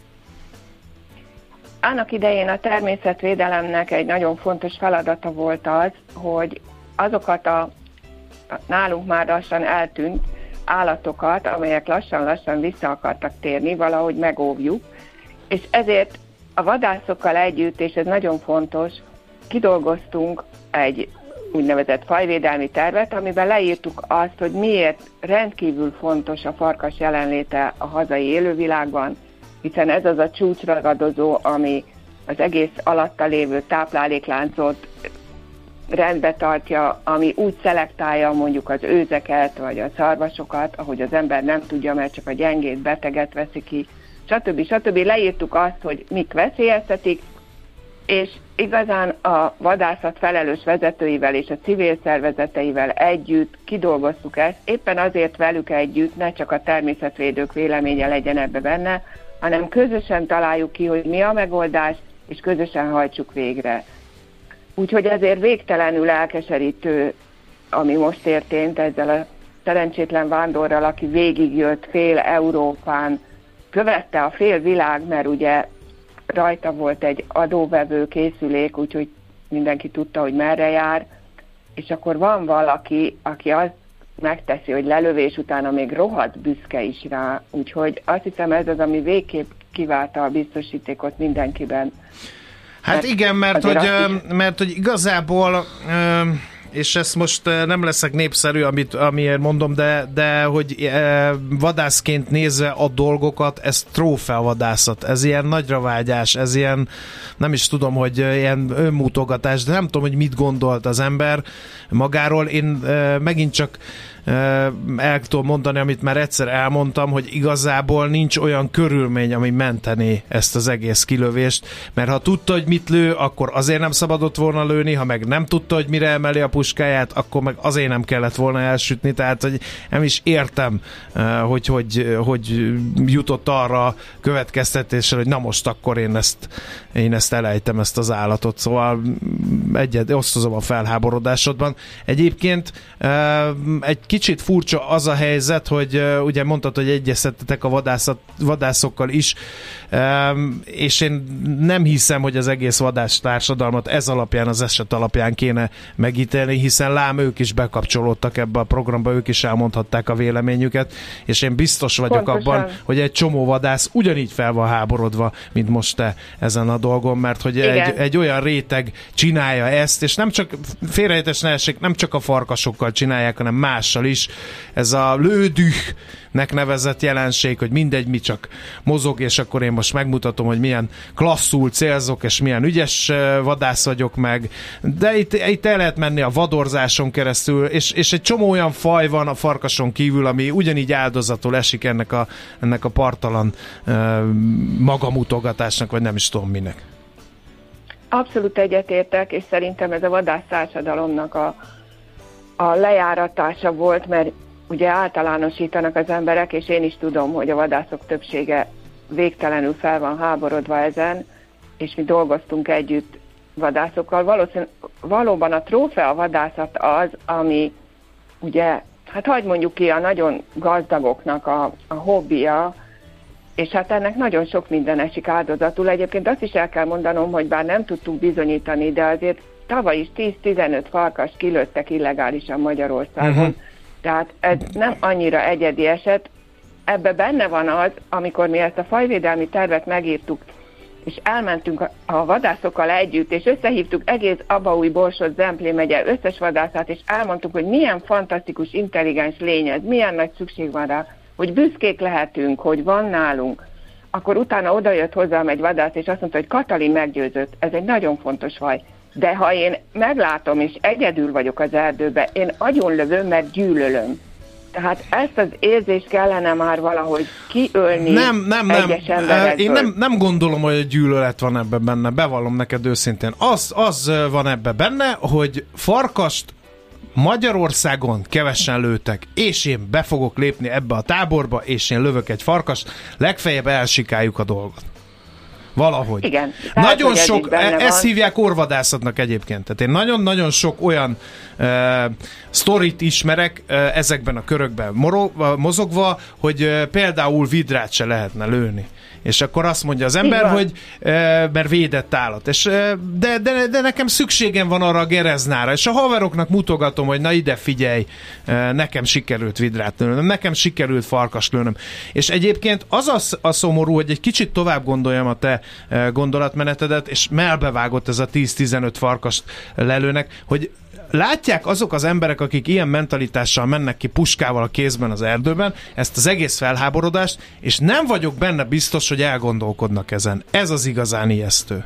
Annak idején a természetvédelemnek egy nagyon fontos feladata volt az, hogy azokat a nálunk már lassan eltűnt állatokat, amelyek lassan-lassan vissza akartak térni, valahogy megóvjuk, és ezért a vadászokkal együtt, és ez nagyon fontos, kidolgoztunk egy úgynevezett fajvédelmi tervet, amiben leírtuk azt, hogy miért rendkívül fontos a farkas jelenléte a hazai élővilágban, hiszen ez az a csúcsragadozó, ami az egész alatta lévő táplálékláncot rendbe tartja, ami úgy szelektálja mondjuk az őzeket, vagy a szarvasokat, ahogy az ember nem tudja, mert csak a gyengét, beteget veszi ki, stb. stb. Leírtuk azt, hogy mik veszélyeztetik, és igazán a vadászat felelős vezetőivel és a civil szervezeteivel együtt kidolgoztuk ezt, éppen azért velük együtt, ne csak a természetvédők véleménye legyen ebbe benne, hanem közösen találjuk ki, hogy mi a megoldás, és közösen hajtsuk végre. Úgyhogy ezért végtelenül elkeserítő, ami most történt ezzel a szerencsétlen vándorral, aki végigjött fél Európán, követte a fél világ, mert ugye rajta volt egy adóvevő készülék, úgyhogy mindenki tudta, hogy merre jár, és akkor van valaki, aki azt megteszi, hogy lelövés utána még rohadt büszke is rá, úgyhogy azt hiszem ez az, ami végképp kiválta a biztosítékot mindenkiben. Hát mert igen, mert hogy, is... mert hogy igazából, és ezt most nem leszek népszerű, amit, amiért mondom, de, de hogy vadászként nézve a dolgokat, ez trófeavadászat, ez ilyen nagyravágyás, ez ilyen, nem is tudom, hogy ilyen önmutogatás, de nem tudom, hogy mit gondolt az ember magáról. Én megint csak el tudom mondani, amit már egyszer elmondtam, hogy igazából nincs olyan körülmény, ami mentené ezt az egész kilövést, mert ha tudta, hogy mit lő, akkor azért nem szabadott volna lőni, ha meg nem tudta, hogy mire emeli a puskáját, akkor meg azért nem kellett volna elsütni, tehát hogy nem is értem, hogy hogy, hogy jutott arra következtetésre, hogy na most akkor én ezt, én ezt elejtem, ezt az állatot, szóval egyet osztozom a felháborodásodban. Egyébként egy kicsit furcsa az a helyzet, hogy uh, ugye mondtad, hogy egyeztettetek a vadászat, vadászokkal is, um, és én nem hiszem, hogy az egész vadász társadalmat ez alapján, az eset alapján kéne megítélni, hiszen lám ők is bekapcsolódtak ebbe a programba, ők is elmondhatták a véleményüket, és én biztos vagyok Pontosan. abban, hogy egy csomó vadász ugyanígy fel van háborodva, mint most te ezen a dolgon, mert hogy egy, egy olyan réteg csinálja ezt, és nem csak félreértés ne essék, nem csak a farkasokkal csinálják, hanem mással is. Ez a lődühnek nevezett jelenség, hogy mindegy, mi csak mozog, és akkor én most megmutatom, hogy milyen klasszul célzok, és milyen ügyes vadász vagyok meg. De itt, itt el lehet menni a vadorzáson keresztül, és, és egy csomó olyan faj van a farkason kívül, ami ugyanígy áldozatul esik ennek a, ennek a partalan uh, magamutogatásnak, vagy nem is tudom minek. Abszolút egyetértek, és szerintem ez a vadász társadalomnak a a lejáratása volt, mert ugye általánosítanak az emberek, és én is tudom, hogy a vadászok többsége végtelenül fel van háborodva ezen, és mi dolgoztunk együtt vadászokkal. Valószínűleg valóban a trófea vadászat az, ami ugye, hát hagyd mondjuk ki, a nagyon gazdagoknak a, a hobbija, és hát ennek nagyon sok minden esik áldozatul. Egyébként azt is el kell mondanom, hogy bár nem tudtuk bizonyítani, de azért tavaly is tíz-tizenöt farkas kilőttek illegálisan Magyarországon. Uh-huh. Tehát ez nem annyira egyedi eset. Ebbe benne van az, amikor mi ezt a fajvédelmi tervet megírtuk, és elmentünk a, a vadászokkal együtt, és összehívtuk egész Abaúj-Borsod, Zemplén megye összes vadászát, és elmondtuk, hogy milyen fantasztikus, intelligens lény ez, milyen nagy szükség van rá, hogy büszkék lehetünk, hogy van nálunk. Akkor utána odajött hozzám egy vadász, és azt mondta, hogy Katalin meggyőzött, ez egy nagyon fontos faj. De ha én meglátom, és egyedül vagyok az erdőben, én agyonlövöm, mert gyűlölöm. Tehát ezt az érzést kellene már valahogy kiölni nem, nem, nem. egyes emberekből. Én nem, nem gondolom, hogy a gyűlölet van ebben benne, bevallom neked őszintén. Az, az van ebben benne, hogy farkast Magyarországon kevesen lőtek, és én be fogok lépni ebbe a táborba, és én lövök egy farkast, legfeljebb elsikáljuk a dolgot. Valahogy. Igen. Nagyon ez sok, ezt hívják orvadászatnak egyébként. Tehát én nagyon-nagyon sok olyan uh, sztorit ismerek uh, ezekben a körökben moro- mozogva, hogy uh, például vidrát se lehetne lőni. És akkor azt mondja az ember, hogy uh, mert védett állat. És, uh, de, de, de nekem szükségem van arra a gereznára. És a haveroknak mutogatom, hogy na ide figyelj, uh, nekem sikerült vidrát lőnöm, nekem sikerült farkast lőnöm. És egyébként az a, a szomorú, hogy egy kicsit tovább gondoljam a te uh, gondolatmenetedet, és melbevágott ez a tíz-tizenöt farkast lelőnek, hogy látják azok az emberek, akik ilyen mentalitással mennek ki puskával a kézben az erdőben, ezt az egész felháborodást, és nem vagyok benne biztos, hogy elgondolkodnak ezen. Ez az igazán ijesztő.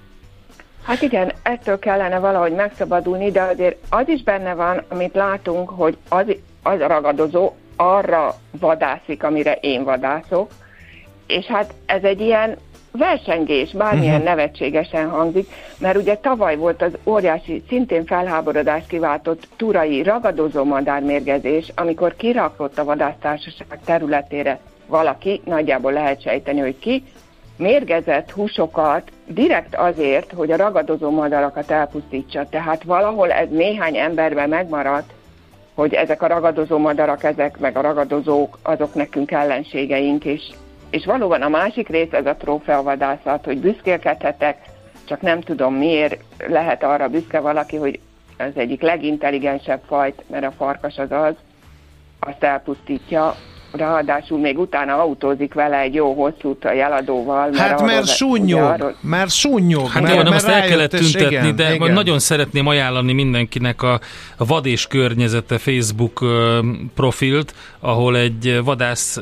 Hát igen, ettől kellene valahogy megszabadulni, de azért az is benne van, amit látunk, hogy az, az a ragadozó arra vadászik, amire én vadászok, és hát ez egy ilyen versengés, bármilyen uh-huh. nevetségesen hangzik, mert ugye tavaly volt az óriási, szintén felháborodást kiváltott turai ragadozó madármérgezés, amikor kirakott a vadásztársaság területére valaki, nagyjából lehet sejteni, hogy ki, mérgezett húsokat direkt azért, hogy a ragadozó madarakat elpusztítsa. Tehát valahol ez néhány emberben megmaradt, hogy ezek a ragadozó madarak, ezek meg a ragadozók, azok nekünk ellenségeink, és És valóban a másik rész ez a trófeavadászat, hogy büszkélkedhetek, csak nem tudom miért lehet arra büszke valaki, hogy az egyik legintelligensebb fajt, mert a farkas az az, azt elpusztítja, ráadásul még utána autózik vele egy jó hosszú jeladóval. Mert hát mert súnyog, mert súnyog. Hát mert, jó, nem mert azt el kellett tüntetni, igen, de igen. nagyon szeretném ajánlani mindenkinek a Vad és Környezete Facebook profilt, ahol egy vadász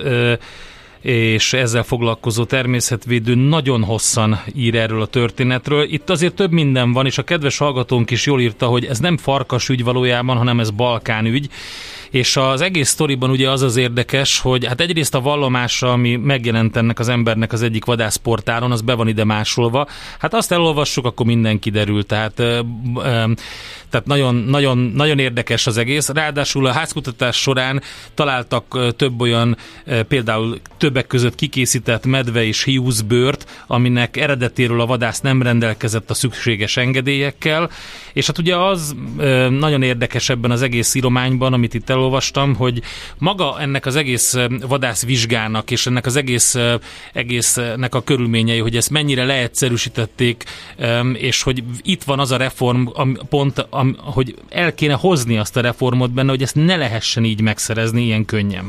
és ezzel foglalkozó természetvédő nagyon hosszan ír erről a történetről. Itt azért több minden van, és a kedves hallgatónk is jól írta, hogy ez nem farkas ügy valójában, hanem ez Balkán ügy. És az egész sztoriban ugye az az érdekes, hogy hát egyrészt a vallomása, ami megjelent ennek az embernek az egyik vadászportálon, az be van ide másolva. Hát azt elolvassuk, akkor minden kiderül. Tehát, ö, ö, tehát nagyon, nagyon, nagyon érdekes az egész. Ráadásul a házkutatás során találtak több olyan, például többek között kikészített medve és hiúzbőrt, aminek eredetéről a vadász nem rendelkezett a szükséges engedélyekkel. És hát ugye az ö, nagyon érdekes ebben az egész írományban, amit itt elolvastam, hogy maga ennek az egész vadászvizsgának és ennek az egész egésznek a körülményei, hogy ezt mennyire leegyszerűsítették, és hogy itt van az a reform pont, hogy el kéne hozni azt a reformot benne, hogy ezt ne lehessen így megszerezni ilyen könnyen.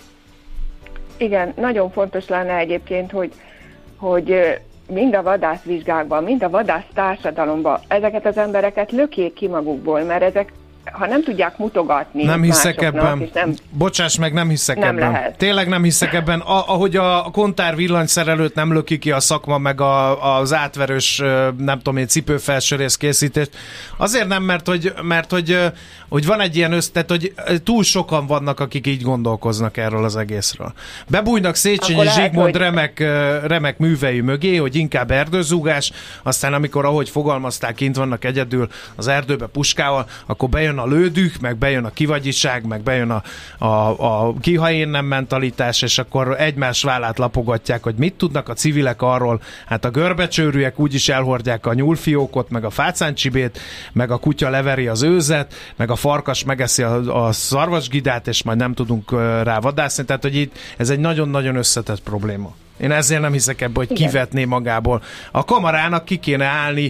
Igen, nagyon fontos lenne egyébként, hogy, hogy mind a vadászvizsgákban, mind a vadász társadalomban ezeket az embereket lökjék ki magukból, mert ezek, ha nem tudják mutogatni nem hiszek ebben. Nem, Bocsáss meg, nem hiszek nem ebben. Lehet. Tényleg nem hiszek ebben. A, ahogy a kontár villanyszerelőt nem löki ki a szakma, meg a, az átverős, nem tudom én, cipőfelsőrész készítést. Azért nem, mert hogy, mert hogy, hogy van egy ilyen össz, tehát, hogy túl sokan vannak, akik így gondolkoznak erről az egészről. Bebújnak Széchenyi Zsigmond hogy... remek, remek művei mögé, hogy inkább erdőzúgás, aztán amikor, ahogy fogalmazták, kint vannak egyedül az erdőbe puskával, akkor bejön a lődük, meg bejön a kivagyiság, meg bejön a, a, a kiha én nem mentalitás, és akkor egymás vállát lapogatják, hogy mit tudnak a civilek arról. Hát a görbecsőrűek úgyis elhordják a nyúlfiókot, meg a fácáncsibét, meg a kutya leveri az őzet, meg a farkas megeszi a, a szarvasgidát, és majd nem tudunk rá vadászni. Tehát, hogy itt ez egy nagyon-nagyon összetett probléma. Én ezért nem hiszek ebbe, hogy igen, kivetné magából. A kamarának ki kéne állni,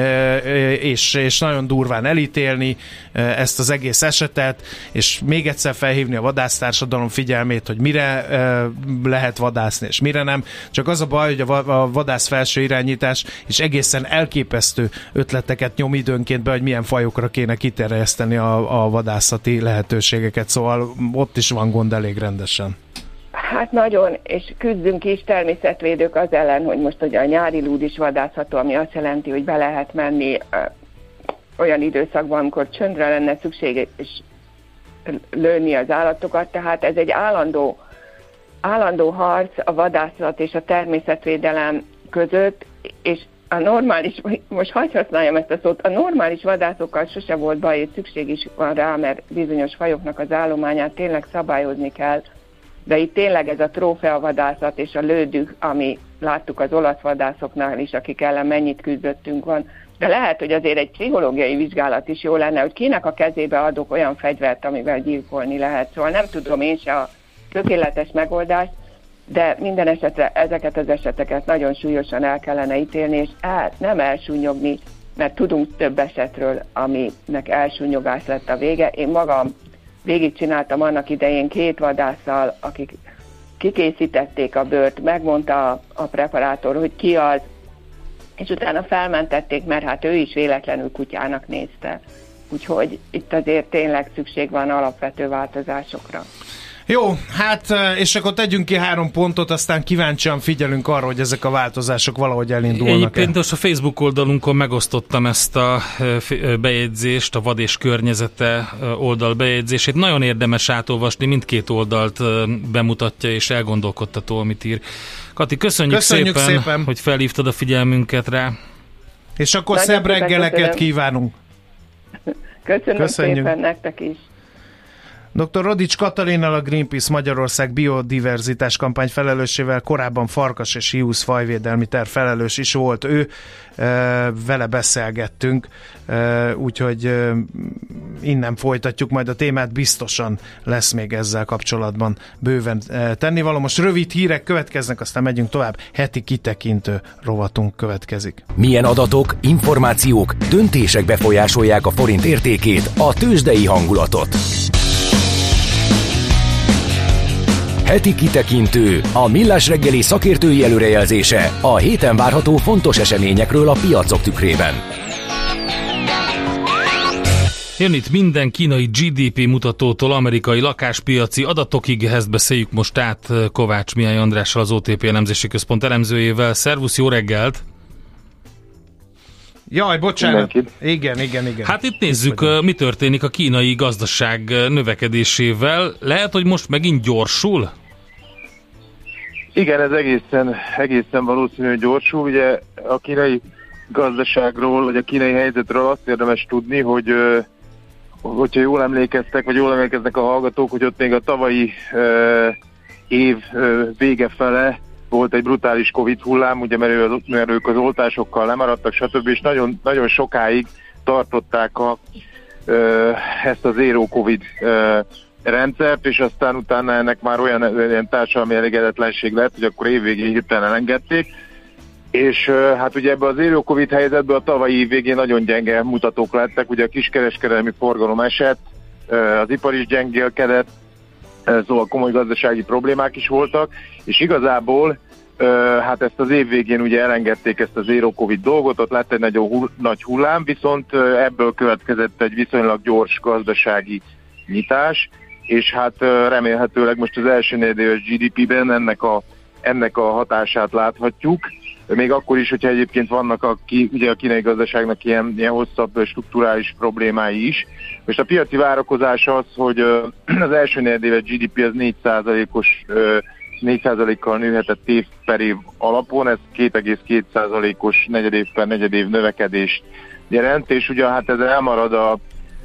és, és nagyon durván elítélni ezt az egész esetet, és még egyszer felhívni a vadásztársadalom figyelmét, hogy mire lehet vadászni, és mire nem. Csak az a baj, hogy a vadász felső irányítás és egészen elképesztő ötleteket nyom időnként be, hogy milyen fajokra kéne kiterjeszteni a, a vadászati lehetőségeket. Szóval ott is van gond elég rendesen. Hát nagyon, és küzdünk is természetvédők az ellen, hogy most ugye a nyári lúd is vadászható, ami azt jelenti, hogy be lehet menni ö, olyan időszakban, amikor csöndre lenne szükség, és lőni az állatokat, tehát ez egy állandó, állandó harc a vadászat és a természetvédelem között, és a normális, most hadd használjam ezt a szót, a normális vadászokkal sose volt baj, és szükség is van rá, mert bizonyos fajoknak az állományát tényleg szabályozni kell, de itt tényleg ez a trófeavadászat és a lődük, ami láttuk az olasz vadászoknál is, akik ellen mennyit küzdöttünk van, de lehet, hogy azért egy pszichológiai vizsgálat is jó lenne, hogy kinek a kezébe adok olyan fegyvert, amivel gyilkolni lehet. Szóval nem tudom én se a tökéletes megoldást, de minden esetre ezeket az eseteket nagyon súlyosan el kellene ítélni, és el, nem elsúnyogni, mert tudunk több esetről, aminek elsúnyogás lett a vége. Én magam végigcsináltam annak idején két vadásszal, akik kikészítették a bőrt, megmondta a, a preparátor, hogy ki az, és utána felmentették, mert hát ő is véletlenül kutyának nézte. Úgyhogy itt azért tényleg szükség van alapvető változásokra. Jó, hát és akkor tegyünk ki három pontot, aztán kíváncsian figyelünk arra, hogy ezek a változások valahogy elindulnak. Egyébként most a Facebook oldalunkon megosztottam ezt a bejegyzést, a Vad és Környezete oldal bejegyzését. Nagyon érdemes átolvasni, mindkét oldalt bemutatja és elgondolkodtató, amit ír. Kati, köszönjük, köszönjük szépen, szépen, hogy felhívtad a figyelmünket rá. És akkor nagyon szebb reggeleket köszönöm. Kívánunk. Köszönöm Köszönjük. Szépen nektek is. doktor Rodics Katalinnal, a Greenpeace Magyarország biodiverzitás kampány felelősével, korábban farkas és hiúz fajvédelmi terv felelős is volt ő, vele beszélgettünk, úgyhogy innen folytatjuk majd a témát, biztosan lesz még ezzel kapcsolatban bőven tennivaló. Most rövid hírek következnek, aztán megyünk tovább, heti kitekintő rovatunk következik. Milyen adatok, információk, döntések befolyásolják a forint értékét, a tőzsdei hangulatot? Heti kitekintő, a Millás reggeli szakértői előrejelzése a héten várható fontos eseményekről a piacok tükrében. Jön itt minden kínai gé dé pé mutatótól amerikai lakáspiaci adatokig, ezt beszéljük most át Kovács Mihály Andrással, az o té pé elemzési központ elemzőjével. Szervusz, jó reggelt! Jaj, bocsánat. Igen, igen, igen. Hát itt nézzük, itt mi történik a kínai gazdaság növekedésével. Lehet, hogy most megint gyorsul? Igen, ez egészen, egészen valószínű, hogy gyorsul. Ugye a kínai gazdaságról, vagy a kínai helyzetről azt érdemes tudni, hogy hogyha jól emlékeztek, vagy jól emlékeznek a hallgatók, hogy ott még a tavalyi év vége fele volt egy brutális Covid hullám, ugye mert ők az oltásokkal lemaradtak, stb. És nagyon, nagyon sokáig tartották a, ezt a zero Covid rendszert, és aztán utána ennek már olyan, olyan társadalmi elégedetlenség lett, hogy akkor évvégén hirtelen elengedték. És hát ugye ebben az zero Covid helyzetben a tavalyi év végén nagyon gyenge mutatók lettek, ugye a kiskereskedelmi forgalom esett, az ipar is gyengélkedett, szóval komoly gazdasági problémák is voltak, és igazából hát ezt az év végén ugye elengedték ezt a zero Covid dolgot, ott lett egy nagyon hull, nagy hullám, viszont ebből következett egy viszonylag gyors gazdasági nyitás, és hát remélhetőleg most az első negyedéves gé dé pében ennek a, ennek a hatását láthatjuk, még akkor is, hogyha egyébként vannak a, ugye a kínai gazdaságnak ilyen, ilyen hosszabb strukturális problémái is. Most a piaci várakozás az, hogy az első negyedéves gé dé pé az négy százalékos, négy százalékkal nőhetett év per év alapon, ez két egész két százalékos negyedév per negyedév növekedést jelent, és ugye hát ez elmarad a,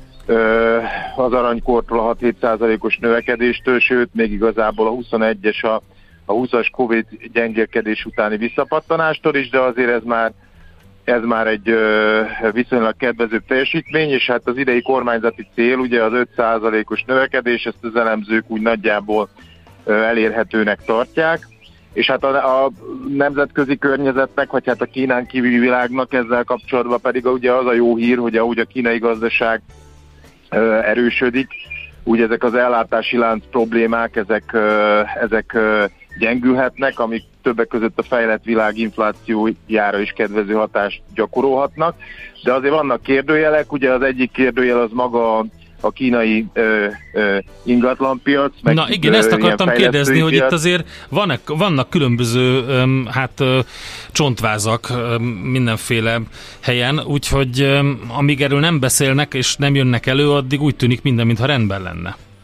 az aranykortól a hat-hét százalékos növekedéstől, sőt még igazából a huszonegyes a a húszas Covid gyengélkedés utáni visszapattanástól is, de azért ez már, ez már egy ö, viszonylag kedvezőbb teljesítmény, és hát az idei kormányzati cél, ugye az öt százalékos növekedés, ezt az elemzők úgy nagyjából ö, elérhetőnek tartják, és hát a, a nemzetközi környezetnek, vagy hát a Kínán kívüli világnak ezzel kapcsolatban pedig ugye az a jó hír, hogy ahogy a kínai gazdaság ö, erősödik, úgy ezek az ellátási lánc problémák, ezek, ö, ezek ö, gyengülhetnek, amik többek között a fejlett világ inflációjára is kedvező hatást gyakorolhatnak, de azért vannak kérdőjelek, ugye az egyik kérdőjel az maga a kínai ö, ö, ingatlanpiac. Meg Na igen, ezt akartam kérdezni, piac. Hogy itt azért vannak, vannak különböző öm, hát ö, csontvázak öm, mindenféle helyen, úgyhogy öm, amíg erről nem beszélnek és nem jönnek elő, addig úgy tűnik minden, mintha rendben lenne.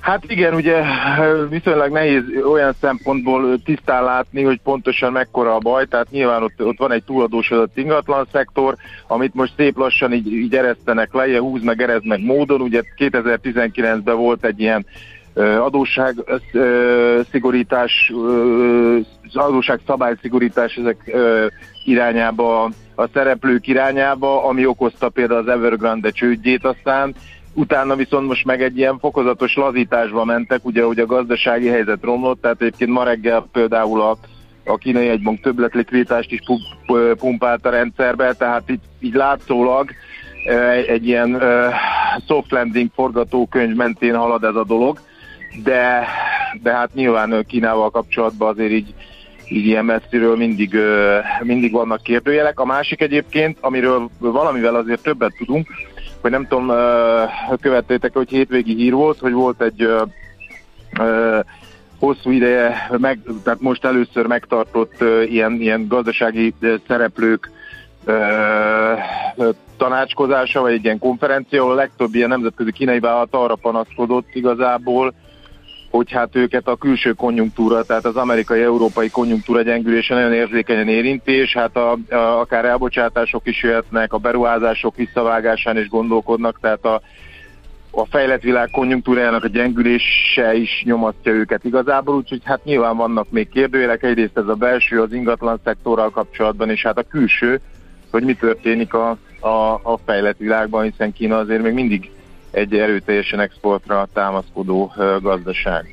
Hát igen, ugye viszonylag nehéz olyan szempontból tisztán látni, hogy pontosan mekkora a baj, tehát nyilván ott, ott van egy túladósodott ingatlan szektor, amit most szép lassan így, így eresztenek le, ilyen húz meg erez meg módon, ugye kétezer-tizenkilencben volt egy ilyen adósság szigorítás, adósság szabályszigorítás ezek irányába, a szereplők irányába, ami okozta például az Evergrande csődjét aztán. Utána viszont most meg egy ilyen fokozatos lazításba mentek, ugye, hogy a gazdasági helyzet romlott, tehát egyébként ma reggel például a, a kínai egybank többletlikviditást is pumpált a rendszerbe, tehát így, így látszólag egy, egy ilyen uh, soft landing forgatókönyv mentén halad ez a dolog, de, de hát nyilván Kínával kapcsolatban azért így, így ilyen messziről mindig, uh, mindig vannak kérdőjelek. A másik egyébként, amiről valamivel azért többet tudunk, hogy nem tudom, követtétek, hogy hétvégi hír volt, hogy volt egy ö, ö, hosszú ideje, meg, tehát most először megtartott ö, ilyen, ilyen gazdasági szereplők ö, ö, tanácskozása, vagy egy ilyen konferencia, ahol a legtöbb ilyen nemzetközi kínai vállalat arra panaszkodott igazából, hogy hát őket a külső konjunktúra, tehát az amerikai-európai konjunktúra gyengülése nagyon érzékenyen érinti, és hát a, a, akár elbocsátások is jöhetnek, a beruházások visszavágásán is gondolkodnak, tehát a, a fejlett világ konjunktúrájának a gyengülése is nyomasztja őket igazából, úgyhogy hát nyilván vannak még kérdőjelek, egyrészt ez a belső, az ingatlan szektorral kapcsolatban, és hát a külső, hogy mi történik a, a, a fejlett világban, hiszen Kína azért még mindig egy erőteljesen exportra támaszkodó gazdaság.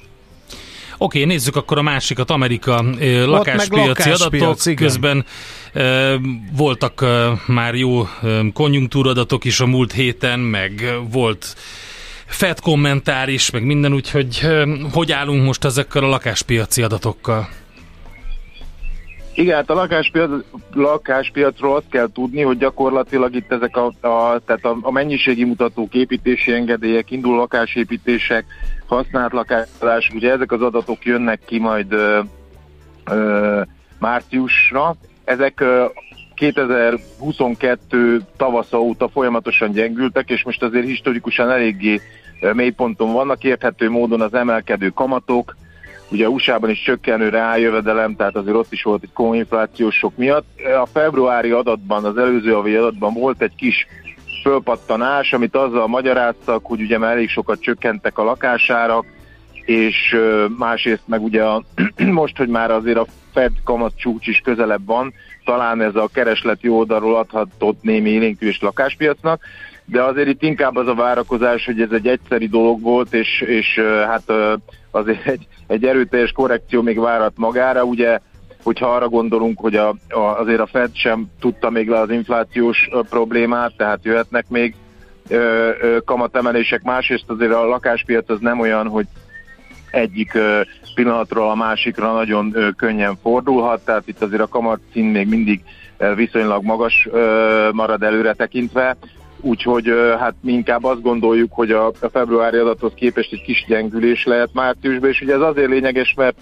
Oké, okay, nézzük akkor a másikat, Amerika eh, lakáspiaci lakáspiac, adatok, igen. Közben eh, voltak eh, már jó eh, konjunktúradatok is a múlt héten, meg volt Fed kommentár is, meg minden, úgyhogy eh, hogy állunk most ezekkel a lakáspiaci adatokkal? Igen, hát a lakáspiac, lakáspiacról azt kell tudni, hogy gyakorlatilag itt ezek a, a, tehát a, a mennyiségi mutatók, építési engedélyek, induló lakásépítések, használt lakások, ugye ezek az adatok jönnek ki majd ö, ö, márciusra. Ezek ö, kétezer-huszonkettő tavasza óta folyamatosan gyengültek, és most azért historikusan eléggé mélyponton vannak, érthető módon az emelkedő kamatok, ugye u es á-ban is csökkenő reáljövedelem, tehát azért ott is volt egy komoly inflációs sok miatt. A februári adatban, az előző havi adatban volt egy kis fölpattanás, amit azzal magyaráztak, hogy ugye már elég sokat csökkentek a lakásárak, és másrészt meg ugye a, most, hogy már azért a Fed kamat csúcs is közelebb van, talán ez a keresleti oldalról adhatott némi élénkülést lakáspiacnak, de azért itt inkább az a várakozás, hogy ez egy egyszeri dolog volt, és, és hát azért egy, egy erőteljes korrekció még várat magára, ugye, hogyha arra gondolunk, hogy a, a, azért a Fed sem tudta még le az inflációs problémát, tehát jöhetnek még ö, ö, kamatemelések, másrészt azért a lakáspiac az nem olyan, hogy egyik ö, pillanatról a másikra nagyon ö, könnyen fordulhat, tehát itt azért a kamatszint még mindig ö, viszonylag magas ö, marad előre tekintve, úgyhogy hát mi inkább azt gondoljuk, hogy a, a februári adathoz képest egy kis gyengülés lehet márciusban, és ugye ez azért lényeges, mert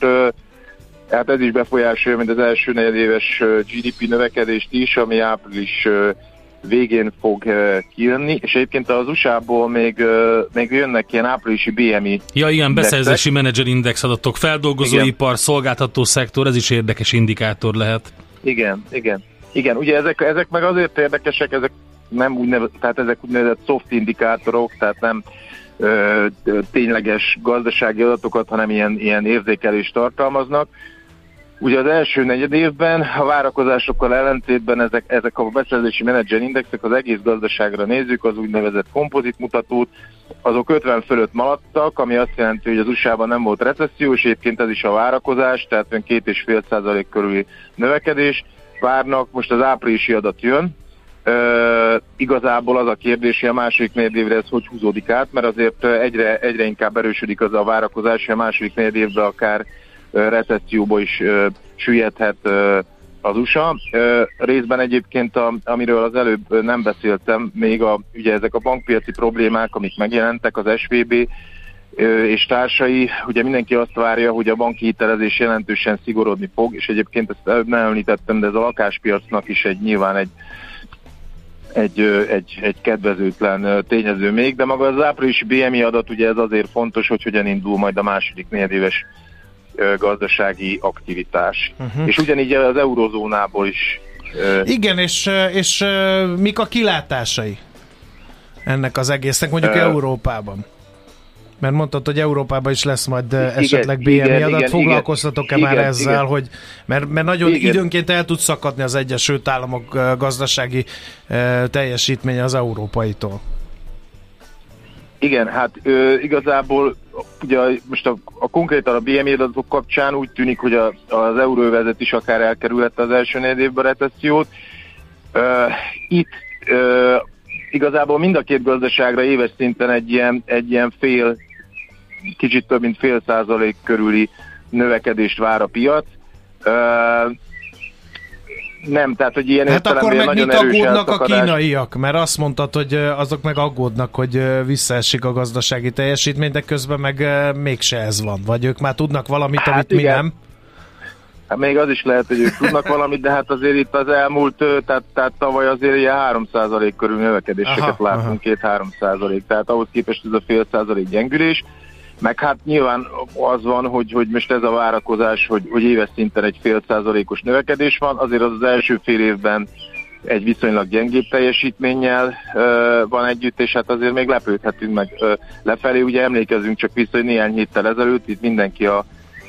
hát ez is befolyásolja, mint az első negyedéves gé dé pé növekedést is, ami április végén fog kijönni, és egyébként az u es á-ból még, még jönnek ilyen áprilisi bé em i Ja igen, beszerzési menedzserindex adatok, feldolgozóipar, szolgáltató szektor, ez is érdekes indikátor lehet. Igen, igen. Igen, ugye ezek, ezek meg azért érdekesek, ezek nem úgynevezett, tehát ezek úgynevezett soft indikátorok, tehát nem ö, tényleges gazdasági adatokat, hanem ilyen, ilyen érzékelést tartalmaznak. Ugye az első negyed évben a várakozásokkal ellentétben ezek, ezek a beszerzési menedzserindexek, az egész gazdaságra nézzük, az úgynevezett kompozit mutatót, azok ötven fölött maradtak, ami azt jelenti, hogy az u es á-ban nem volt recesszió, és egyébként ez is a várakozás, tehát két egész öt százalék körüli növekedés várnak. Most az áprilisi adat jön. Uh, igazából az a kérdés, hogy a második negyedévre ez hogy húzódik át, mert azért egyre, egyre inkább erősödik az a várakozás, hogy a második negyedévben akár uh, recesszióba is uh, süllyedhet uh, az u es á. Uh, részben egyébként, a, amiről az előbb nem beszéltem, még a, ugye ezek a bankpiaci problémák, amik megjelentek, az es vé bé uh, és társai, ugye mindenki azt várja, hogy a banki hitelezés jelentősen szigorodni fog, és egyébként ezt nem említettem, de ez a lakáspiacnak is egy nyilván egy egy, egy, egy kedvezőtlen tényező még, de maga az áprilisi bé em i adat, ugye ez azért fontos, hogy hogyan indul majd a második negyedéves gazdasági aktivitás. Uh-huh. És ugyanígy az eurozónából is. Igen, és, és mik a kilátásai ennek az egésznek, mondjuk uh, Európában? Mert mondtad, hogy Európában is lesz majd igen, esetleg bé em i adat. Igen, foglalkoztatok-e igen, már igen, ezzel, igen. hogy mert, mert nagyon igen. időnként el tud szakadni az Egyesült Államok gazdasági teljesítménye az európaitól? Igen, hát ö, igazából ugye most a, a konkrétan a bé em i adatok kapcsán úgy tűnik, hogy a, az euróövezet is akár elkerülhette az első negyed évben a recessziót. Ö, itt ö, igazából mind a két gazdaságra éves szinten egy ilyen, egy ilyen fél, kicsit több mint fél százalék körüli növekedést vár a piac. Ö, Nem, tehát, hogy ilyen hát akkor meg mit aggódnak a kínaiak? Mert azt mondtad, hogy azok meg aggódnak, hogy visszaesik a gazdasági teljesítmény, de közben meg mégse ez van. Vagy ők már tudnak valamit, hát amit igen. mi nem? Hát még az is lehet, hogy ők tudnak valamit, de hát azért itt az elmúlt, tehát, tehát tavaly azért ilyen három százalék körül növekedéseket látunk, két-három százalék. Tehát ahhoz képest ez a fél százalék gyengülés. Meg hát nyilván az van, hogy, hogy most ez a várakozás, hogy, hogy éves szinten egy fél százalékos növekedés van, azért az az első fél évben egy viszonylag gyengébb teljesítménnyel ö, van együtt, és hát azért még lepődhetünk meg ö, lefelé. Ugye emlékezzünk csak vissza, hogy néhány héttel ezelőtt itt mindenki a,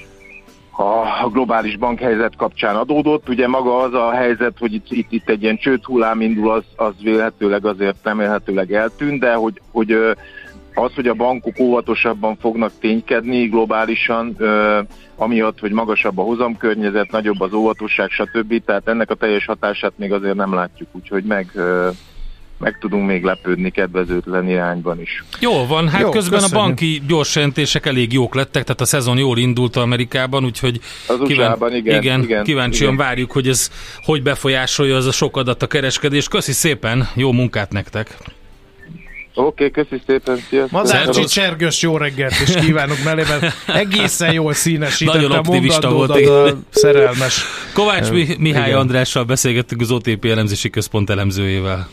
a, a globális bankhelyzet kapcsán adódott. Ugye maga az a helyzet, hogy itt, itt, itt egy ilyen csődhullám indul, az, az vélhetőleg azért remélhetőleg eltűnt, de hogy, hogy ö, az, hogy a bankok óvatosabban fognak ténykedni globálisan, ö, amiatt, hogy magasabb a hozamkörnyezet, nagyobb az óvatosság, stb. Tehát ennek a teljes hatását még azért nem látjuk, úgyhogy meg, ö, meg tudunk még lepődni kedvezőtlen irányban is. Jól van, hát Jó, közben köszönjük. A banki gyorsjelentések elég jók lettek, tehát a szezon jól indult Amerikában, úgyhogy az kíván, u es á-ban, igen, igen, igen, kíváncsian igen. várjuk, hogy ez hogy befolyásolja az a sok adat a kereskedés. Köszi szépen, jó munkát nektek! Oké, okay, köszi szépen, sziasztok! Madácsi Csergős, jó reggelt, és kívánok mellében. Egészen jól színesítette nagyon optimista volt a szerelmes. Kovács Mihály igen. Andrással beszélgettünk, az o té pé elemzési központ elemzőjével.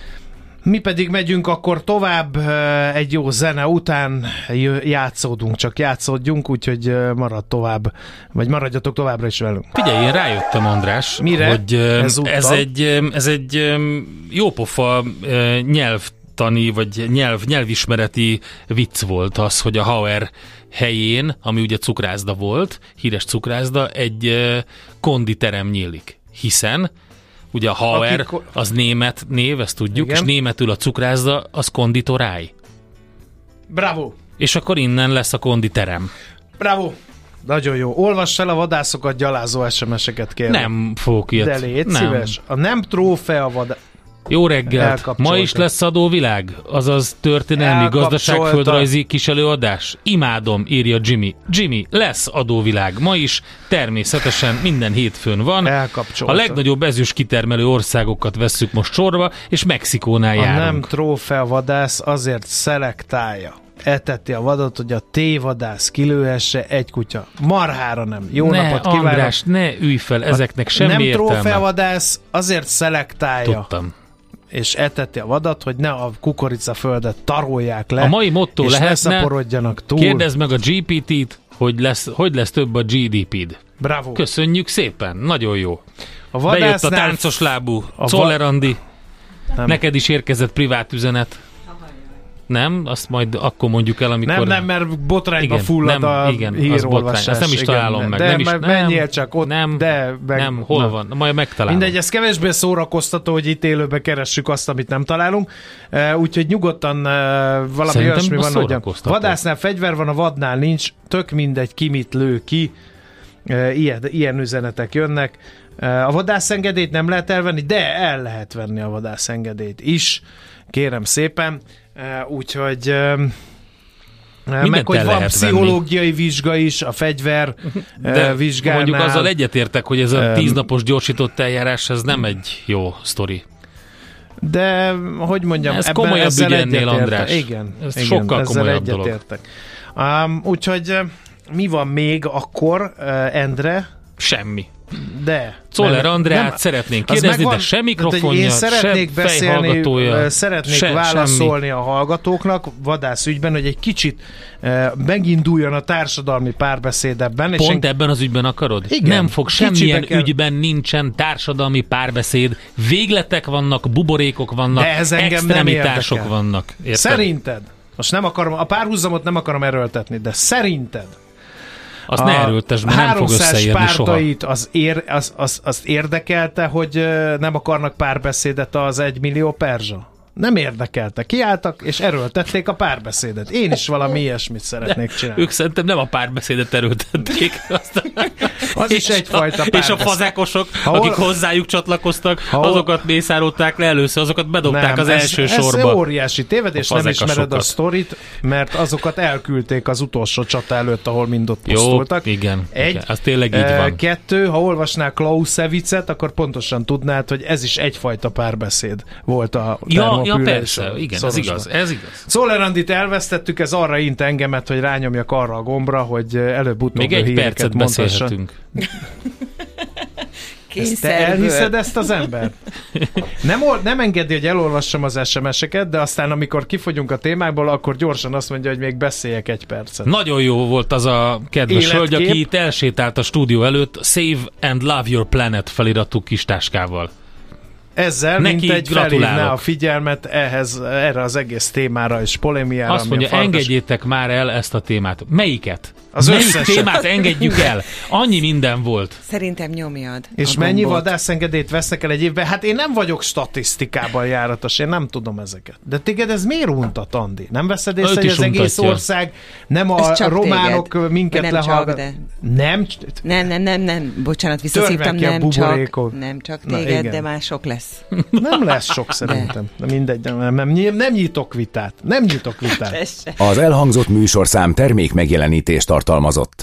Mi pedig megyünk akkor tovább, egy jó zene után játszódunk, csak játszódjunk, úgyhogy marad tovább, vagy maradjatok továbbra is velünk. Figyelj, én rájöttem, András, Mire? hogy ez egy, ez egy jópofa nyelv tani, vagy nyelv, nyelvismereti vicc volt az, hogy a Hauer helyén, ami ugye cukrászda volt, híres cukrászda, egy uh, konditerem nyílik. Hiszen ugye a Hauer Aki, az német név, ezt tudjuk, igen. És németül a cukrászda az konditoráj. Bravo! És akkor innen lesz a konditerem. Bravo! Nagyon jó. Olvass el a vadászokat gyalázó es em es-eket, kérlek. Nem fogok ilyet. De légy nem. szíves. A nem trófea vadász... Jó reggelt! Ma is lesz adóvilág? Azaz történelmi gazdaságföldrajzi kiselőadás? Imádom, írja Jimmy. Jimmy, lesz adóvilág. Ma is természetesen minden hétfőn van. A legnagyobb ezüst kitermelő országokat vesszük most sorba, és Mexikónál a járunk. A nem trófea vadász azért szelektálja. Eteti a vadat, hogy a tévadász kilőhesse egy kutya. Marhára nem. Jó ne, napot kívánok! András, ne ülj fel, ezeknek semmi nem értelme. Nem trófea vadász azért szelektálja. Tudtam. És eteti a vadat, hogy ne a kukoricaföldet tarolják le, a mai motto és lehetne, ne szaporodjanak túl. Kérdezd meg a gé pé té-t, hogy lesz, hogy lesz több a gé dé pé-d. Bravo. Köszönjük szépen, nagyon jó. A Bejött a táncos lábú Czoller Andi. Neked is érkezett privát üzenet. Nem? Azt majd akkor mondjuk el, amikor... Nem, nem, mert botrányba fullad nem, a igen, hírolvasás. Ezt nem is igen, találom meg. De nem is, menjél nem, csak ott, nem, de... Meg, nem, hol na. van? Majd megtalálom. Mindegy, ez kevésbé szórakoztató, hogy itt élőben keressük azt, amit nem találunk. Uh, úgyhogy nyugodtan uh, valami Szerintem olyasmi van, hogy a vadásznál fegyver van, a vadnál nincs, tök mindegy, ki mit lő ki. Uh, ilyen, ilyen üzenetek jönnek. Uh, a vadászengedélyt nem lehet elvenni, de el lehet venni a vadászengedélyt is. Kérem szépen. Uh, úgyhogy uh, meg hogy van pszichológiai venni. Vizsga is, a fegyver de uh, vizsgálnál. Mondjuk azzal egyetértek, hogy ez a tíznapos gyorsított eljárás, ez nem egy jó sztori. De, hogy mondjam, ez ebben komolyabb ügy ennél, András. Igen, ez igen, sokkal komolyabb dolog. Um, úgyhogy uh, mi van még akkor, uh, Endre? Semmi. De. Czoller Andreát szeretnénk kérdezni, megvan, de se mikrofonja, én szeretnék se beszélni, fejhallgatója, szeretnék se, válaszolni semmi. a hallgatóknak vadász ügyben, hogy egy kicsit uh, meginduljon a társadalmi párbeszéd ebben. Pont és én... ebben az ügyben akarod? Igen, nem fog, semmilyen kell... ügyben nincsen társadalmi párbeszéd. Végletek vannak, buborékok vannak, extremitások vannak. Érted? Szerinted? Most nem akarom, a párhuzamot nem akarom erőltetni, de szerinted azt ne erőltesd, mert nem fog összeérni soha. Az, ér, az, az, az érdekelte, hogy nem akarnak párbeszédet az egymillió perzsa? Nem érdekelte. Kiálltak, és erőltették a párbeszédet. Én is valami ilyesmit szeretnék csinálni. Ők szerintem nem a párbeszédet erőltették. Aztán... Az is egyfajta párbeszéd. És a fazákosok, ha akik hol... hozzájuk csatlakoztak, ha azokat mészárolták le először, azokat bedobták nem, az ez, első ez sorba. Ez óriási tévedés, nem ismered a sztorit, mert azokat elküldték az utolsó csata előtt, ahol mind ott posztoltak. Jó, igen. Egy, igen, az tényleg így van. Kettő, ha olvasnál Clausewitz-et, akkor pontosan tudnád, hogy ez is egyfajta párbeszéd volt a ja, ja, persze, igen, ez igaz, ez igaz. Czoller Andit elvesztettük, ez arra int engemet, hogy rányomjak arra a gombra, hogy előbb-utóbb még egy percet beszélhetünk. Ezt te elhiszed ezt az ember? Nem, nem engedi, hogy elolvassam az es em es-eket, de aztán amikor kifogyunk a témákból, akkor gyorsan azt mondja, hogy még beszéljek egy percet. Nagyon jó volt az a kedves hölgy, aki itt elsétált a stúdió előtt Save and Love Your Planet feliratú kis táskával. Ezzel neki mint egy gratulálok. Felhívná a figyelmet ehhez, erre az egész témára és polémiára. Azt mondja, farkas... engedjétek már el ezt a témát. Melyiket? Az Melyik összeset. témát engedjük el? Annyi minden volt. Szerintem nyomjad. És mennyi vadászengedélyt vesznek el egy évben? Hát én nem vagyok statisztikában járatos, én nem tudom ezeket. De téged ez miért untat, Andi? Nem veszed észre, hogy az untatja. egész ország, nem a románok téged. minket lehallgat? Nem? Nem, nem, nem, nem. Bocsánat, visszaszívtam, nem csak, nem csak téged, Na, de már sok lesz. Nem lesz sok szerintem. De mindegy, nem, nem, nem, nem nyitok vitát. Nem nyitok vitát. Az elhangzott műsorszám termék megjelenítést tartalmazott.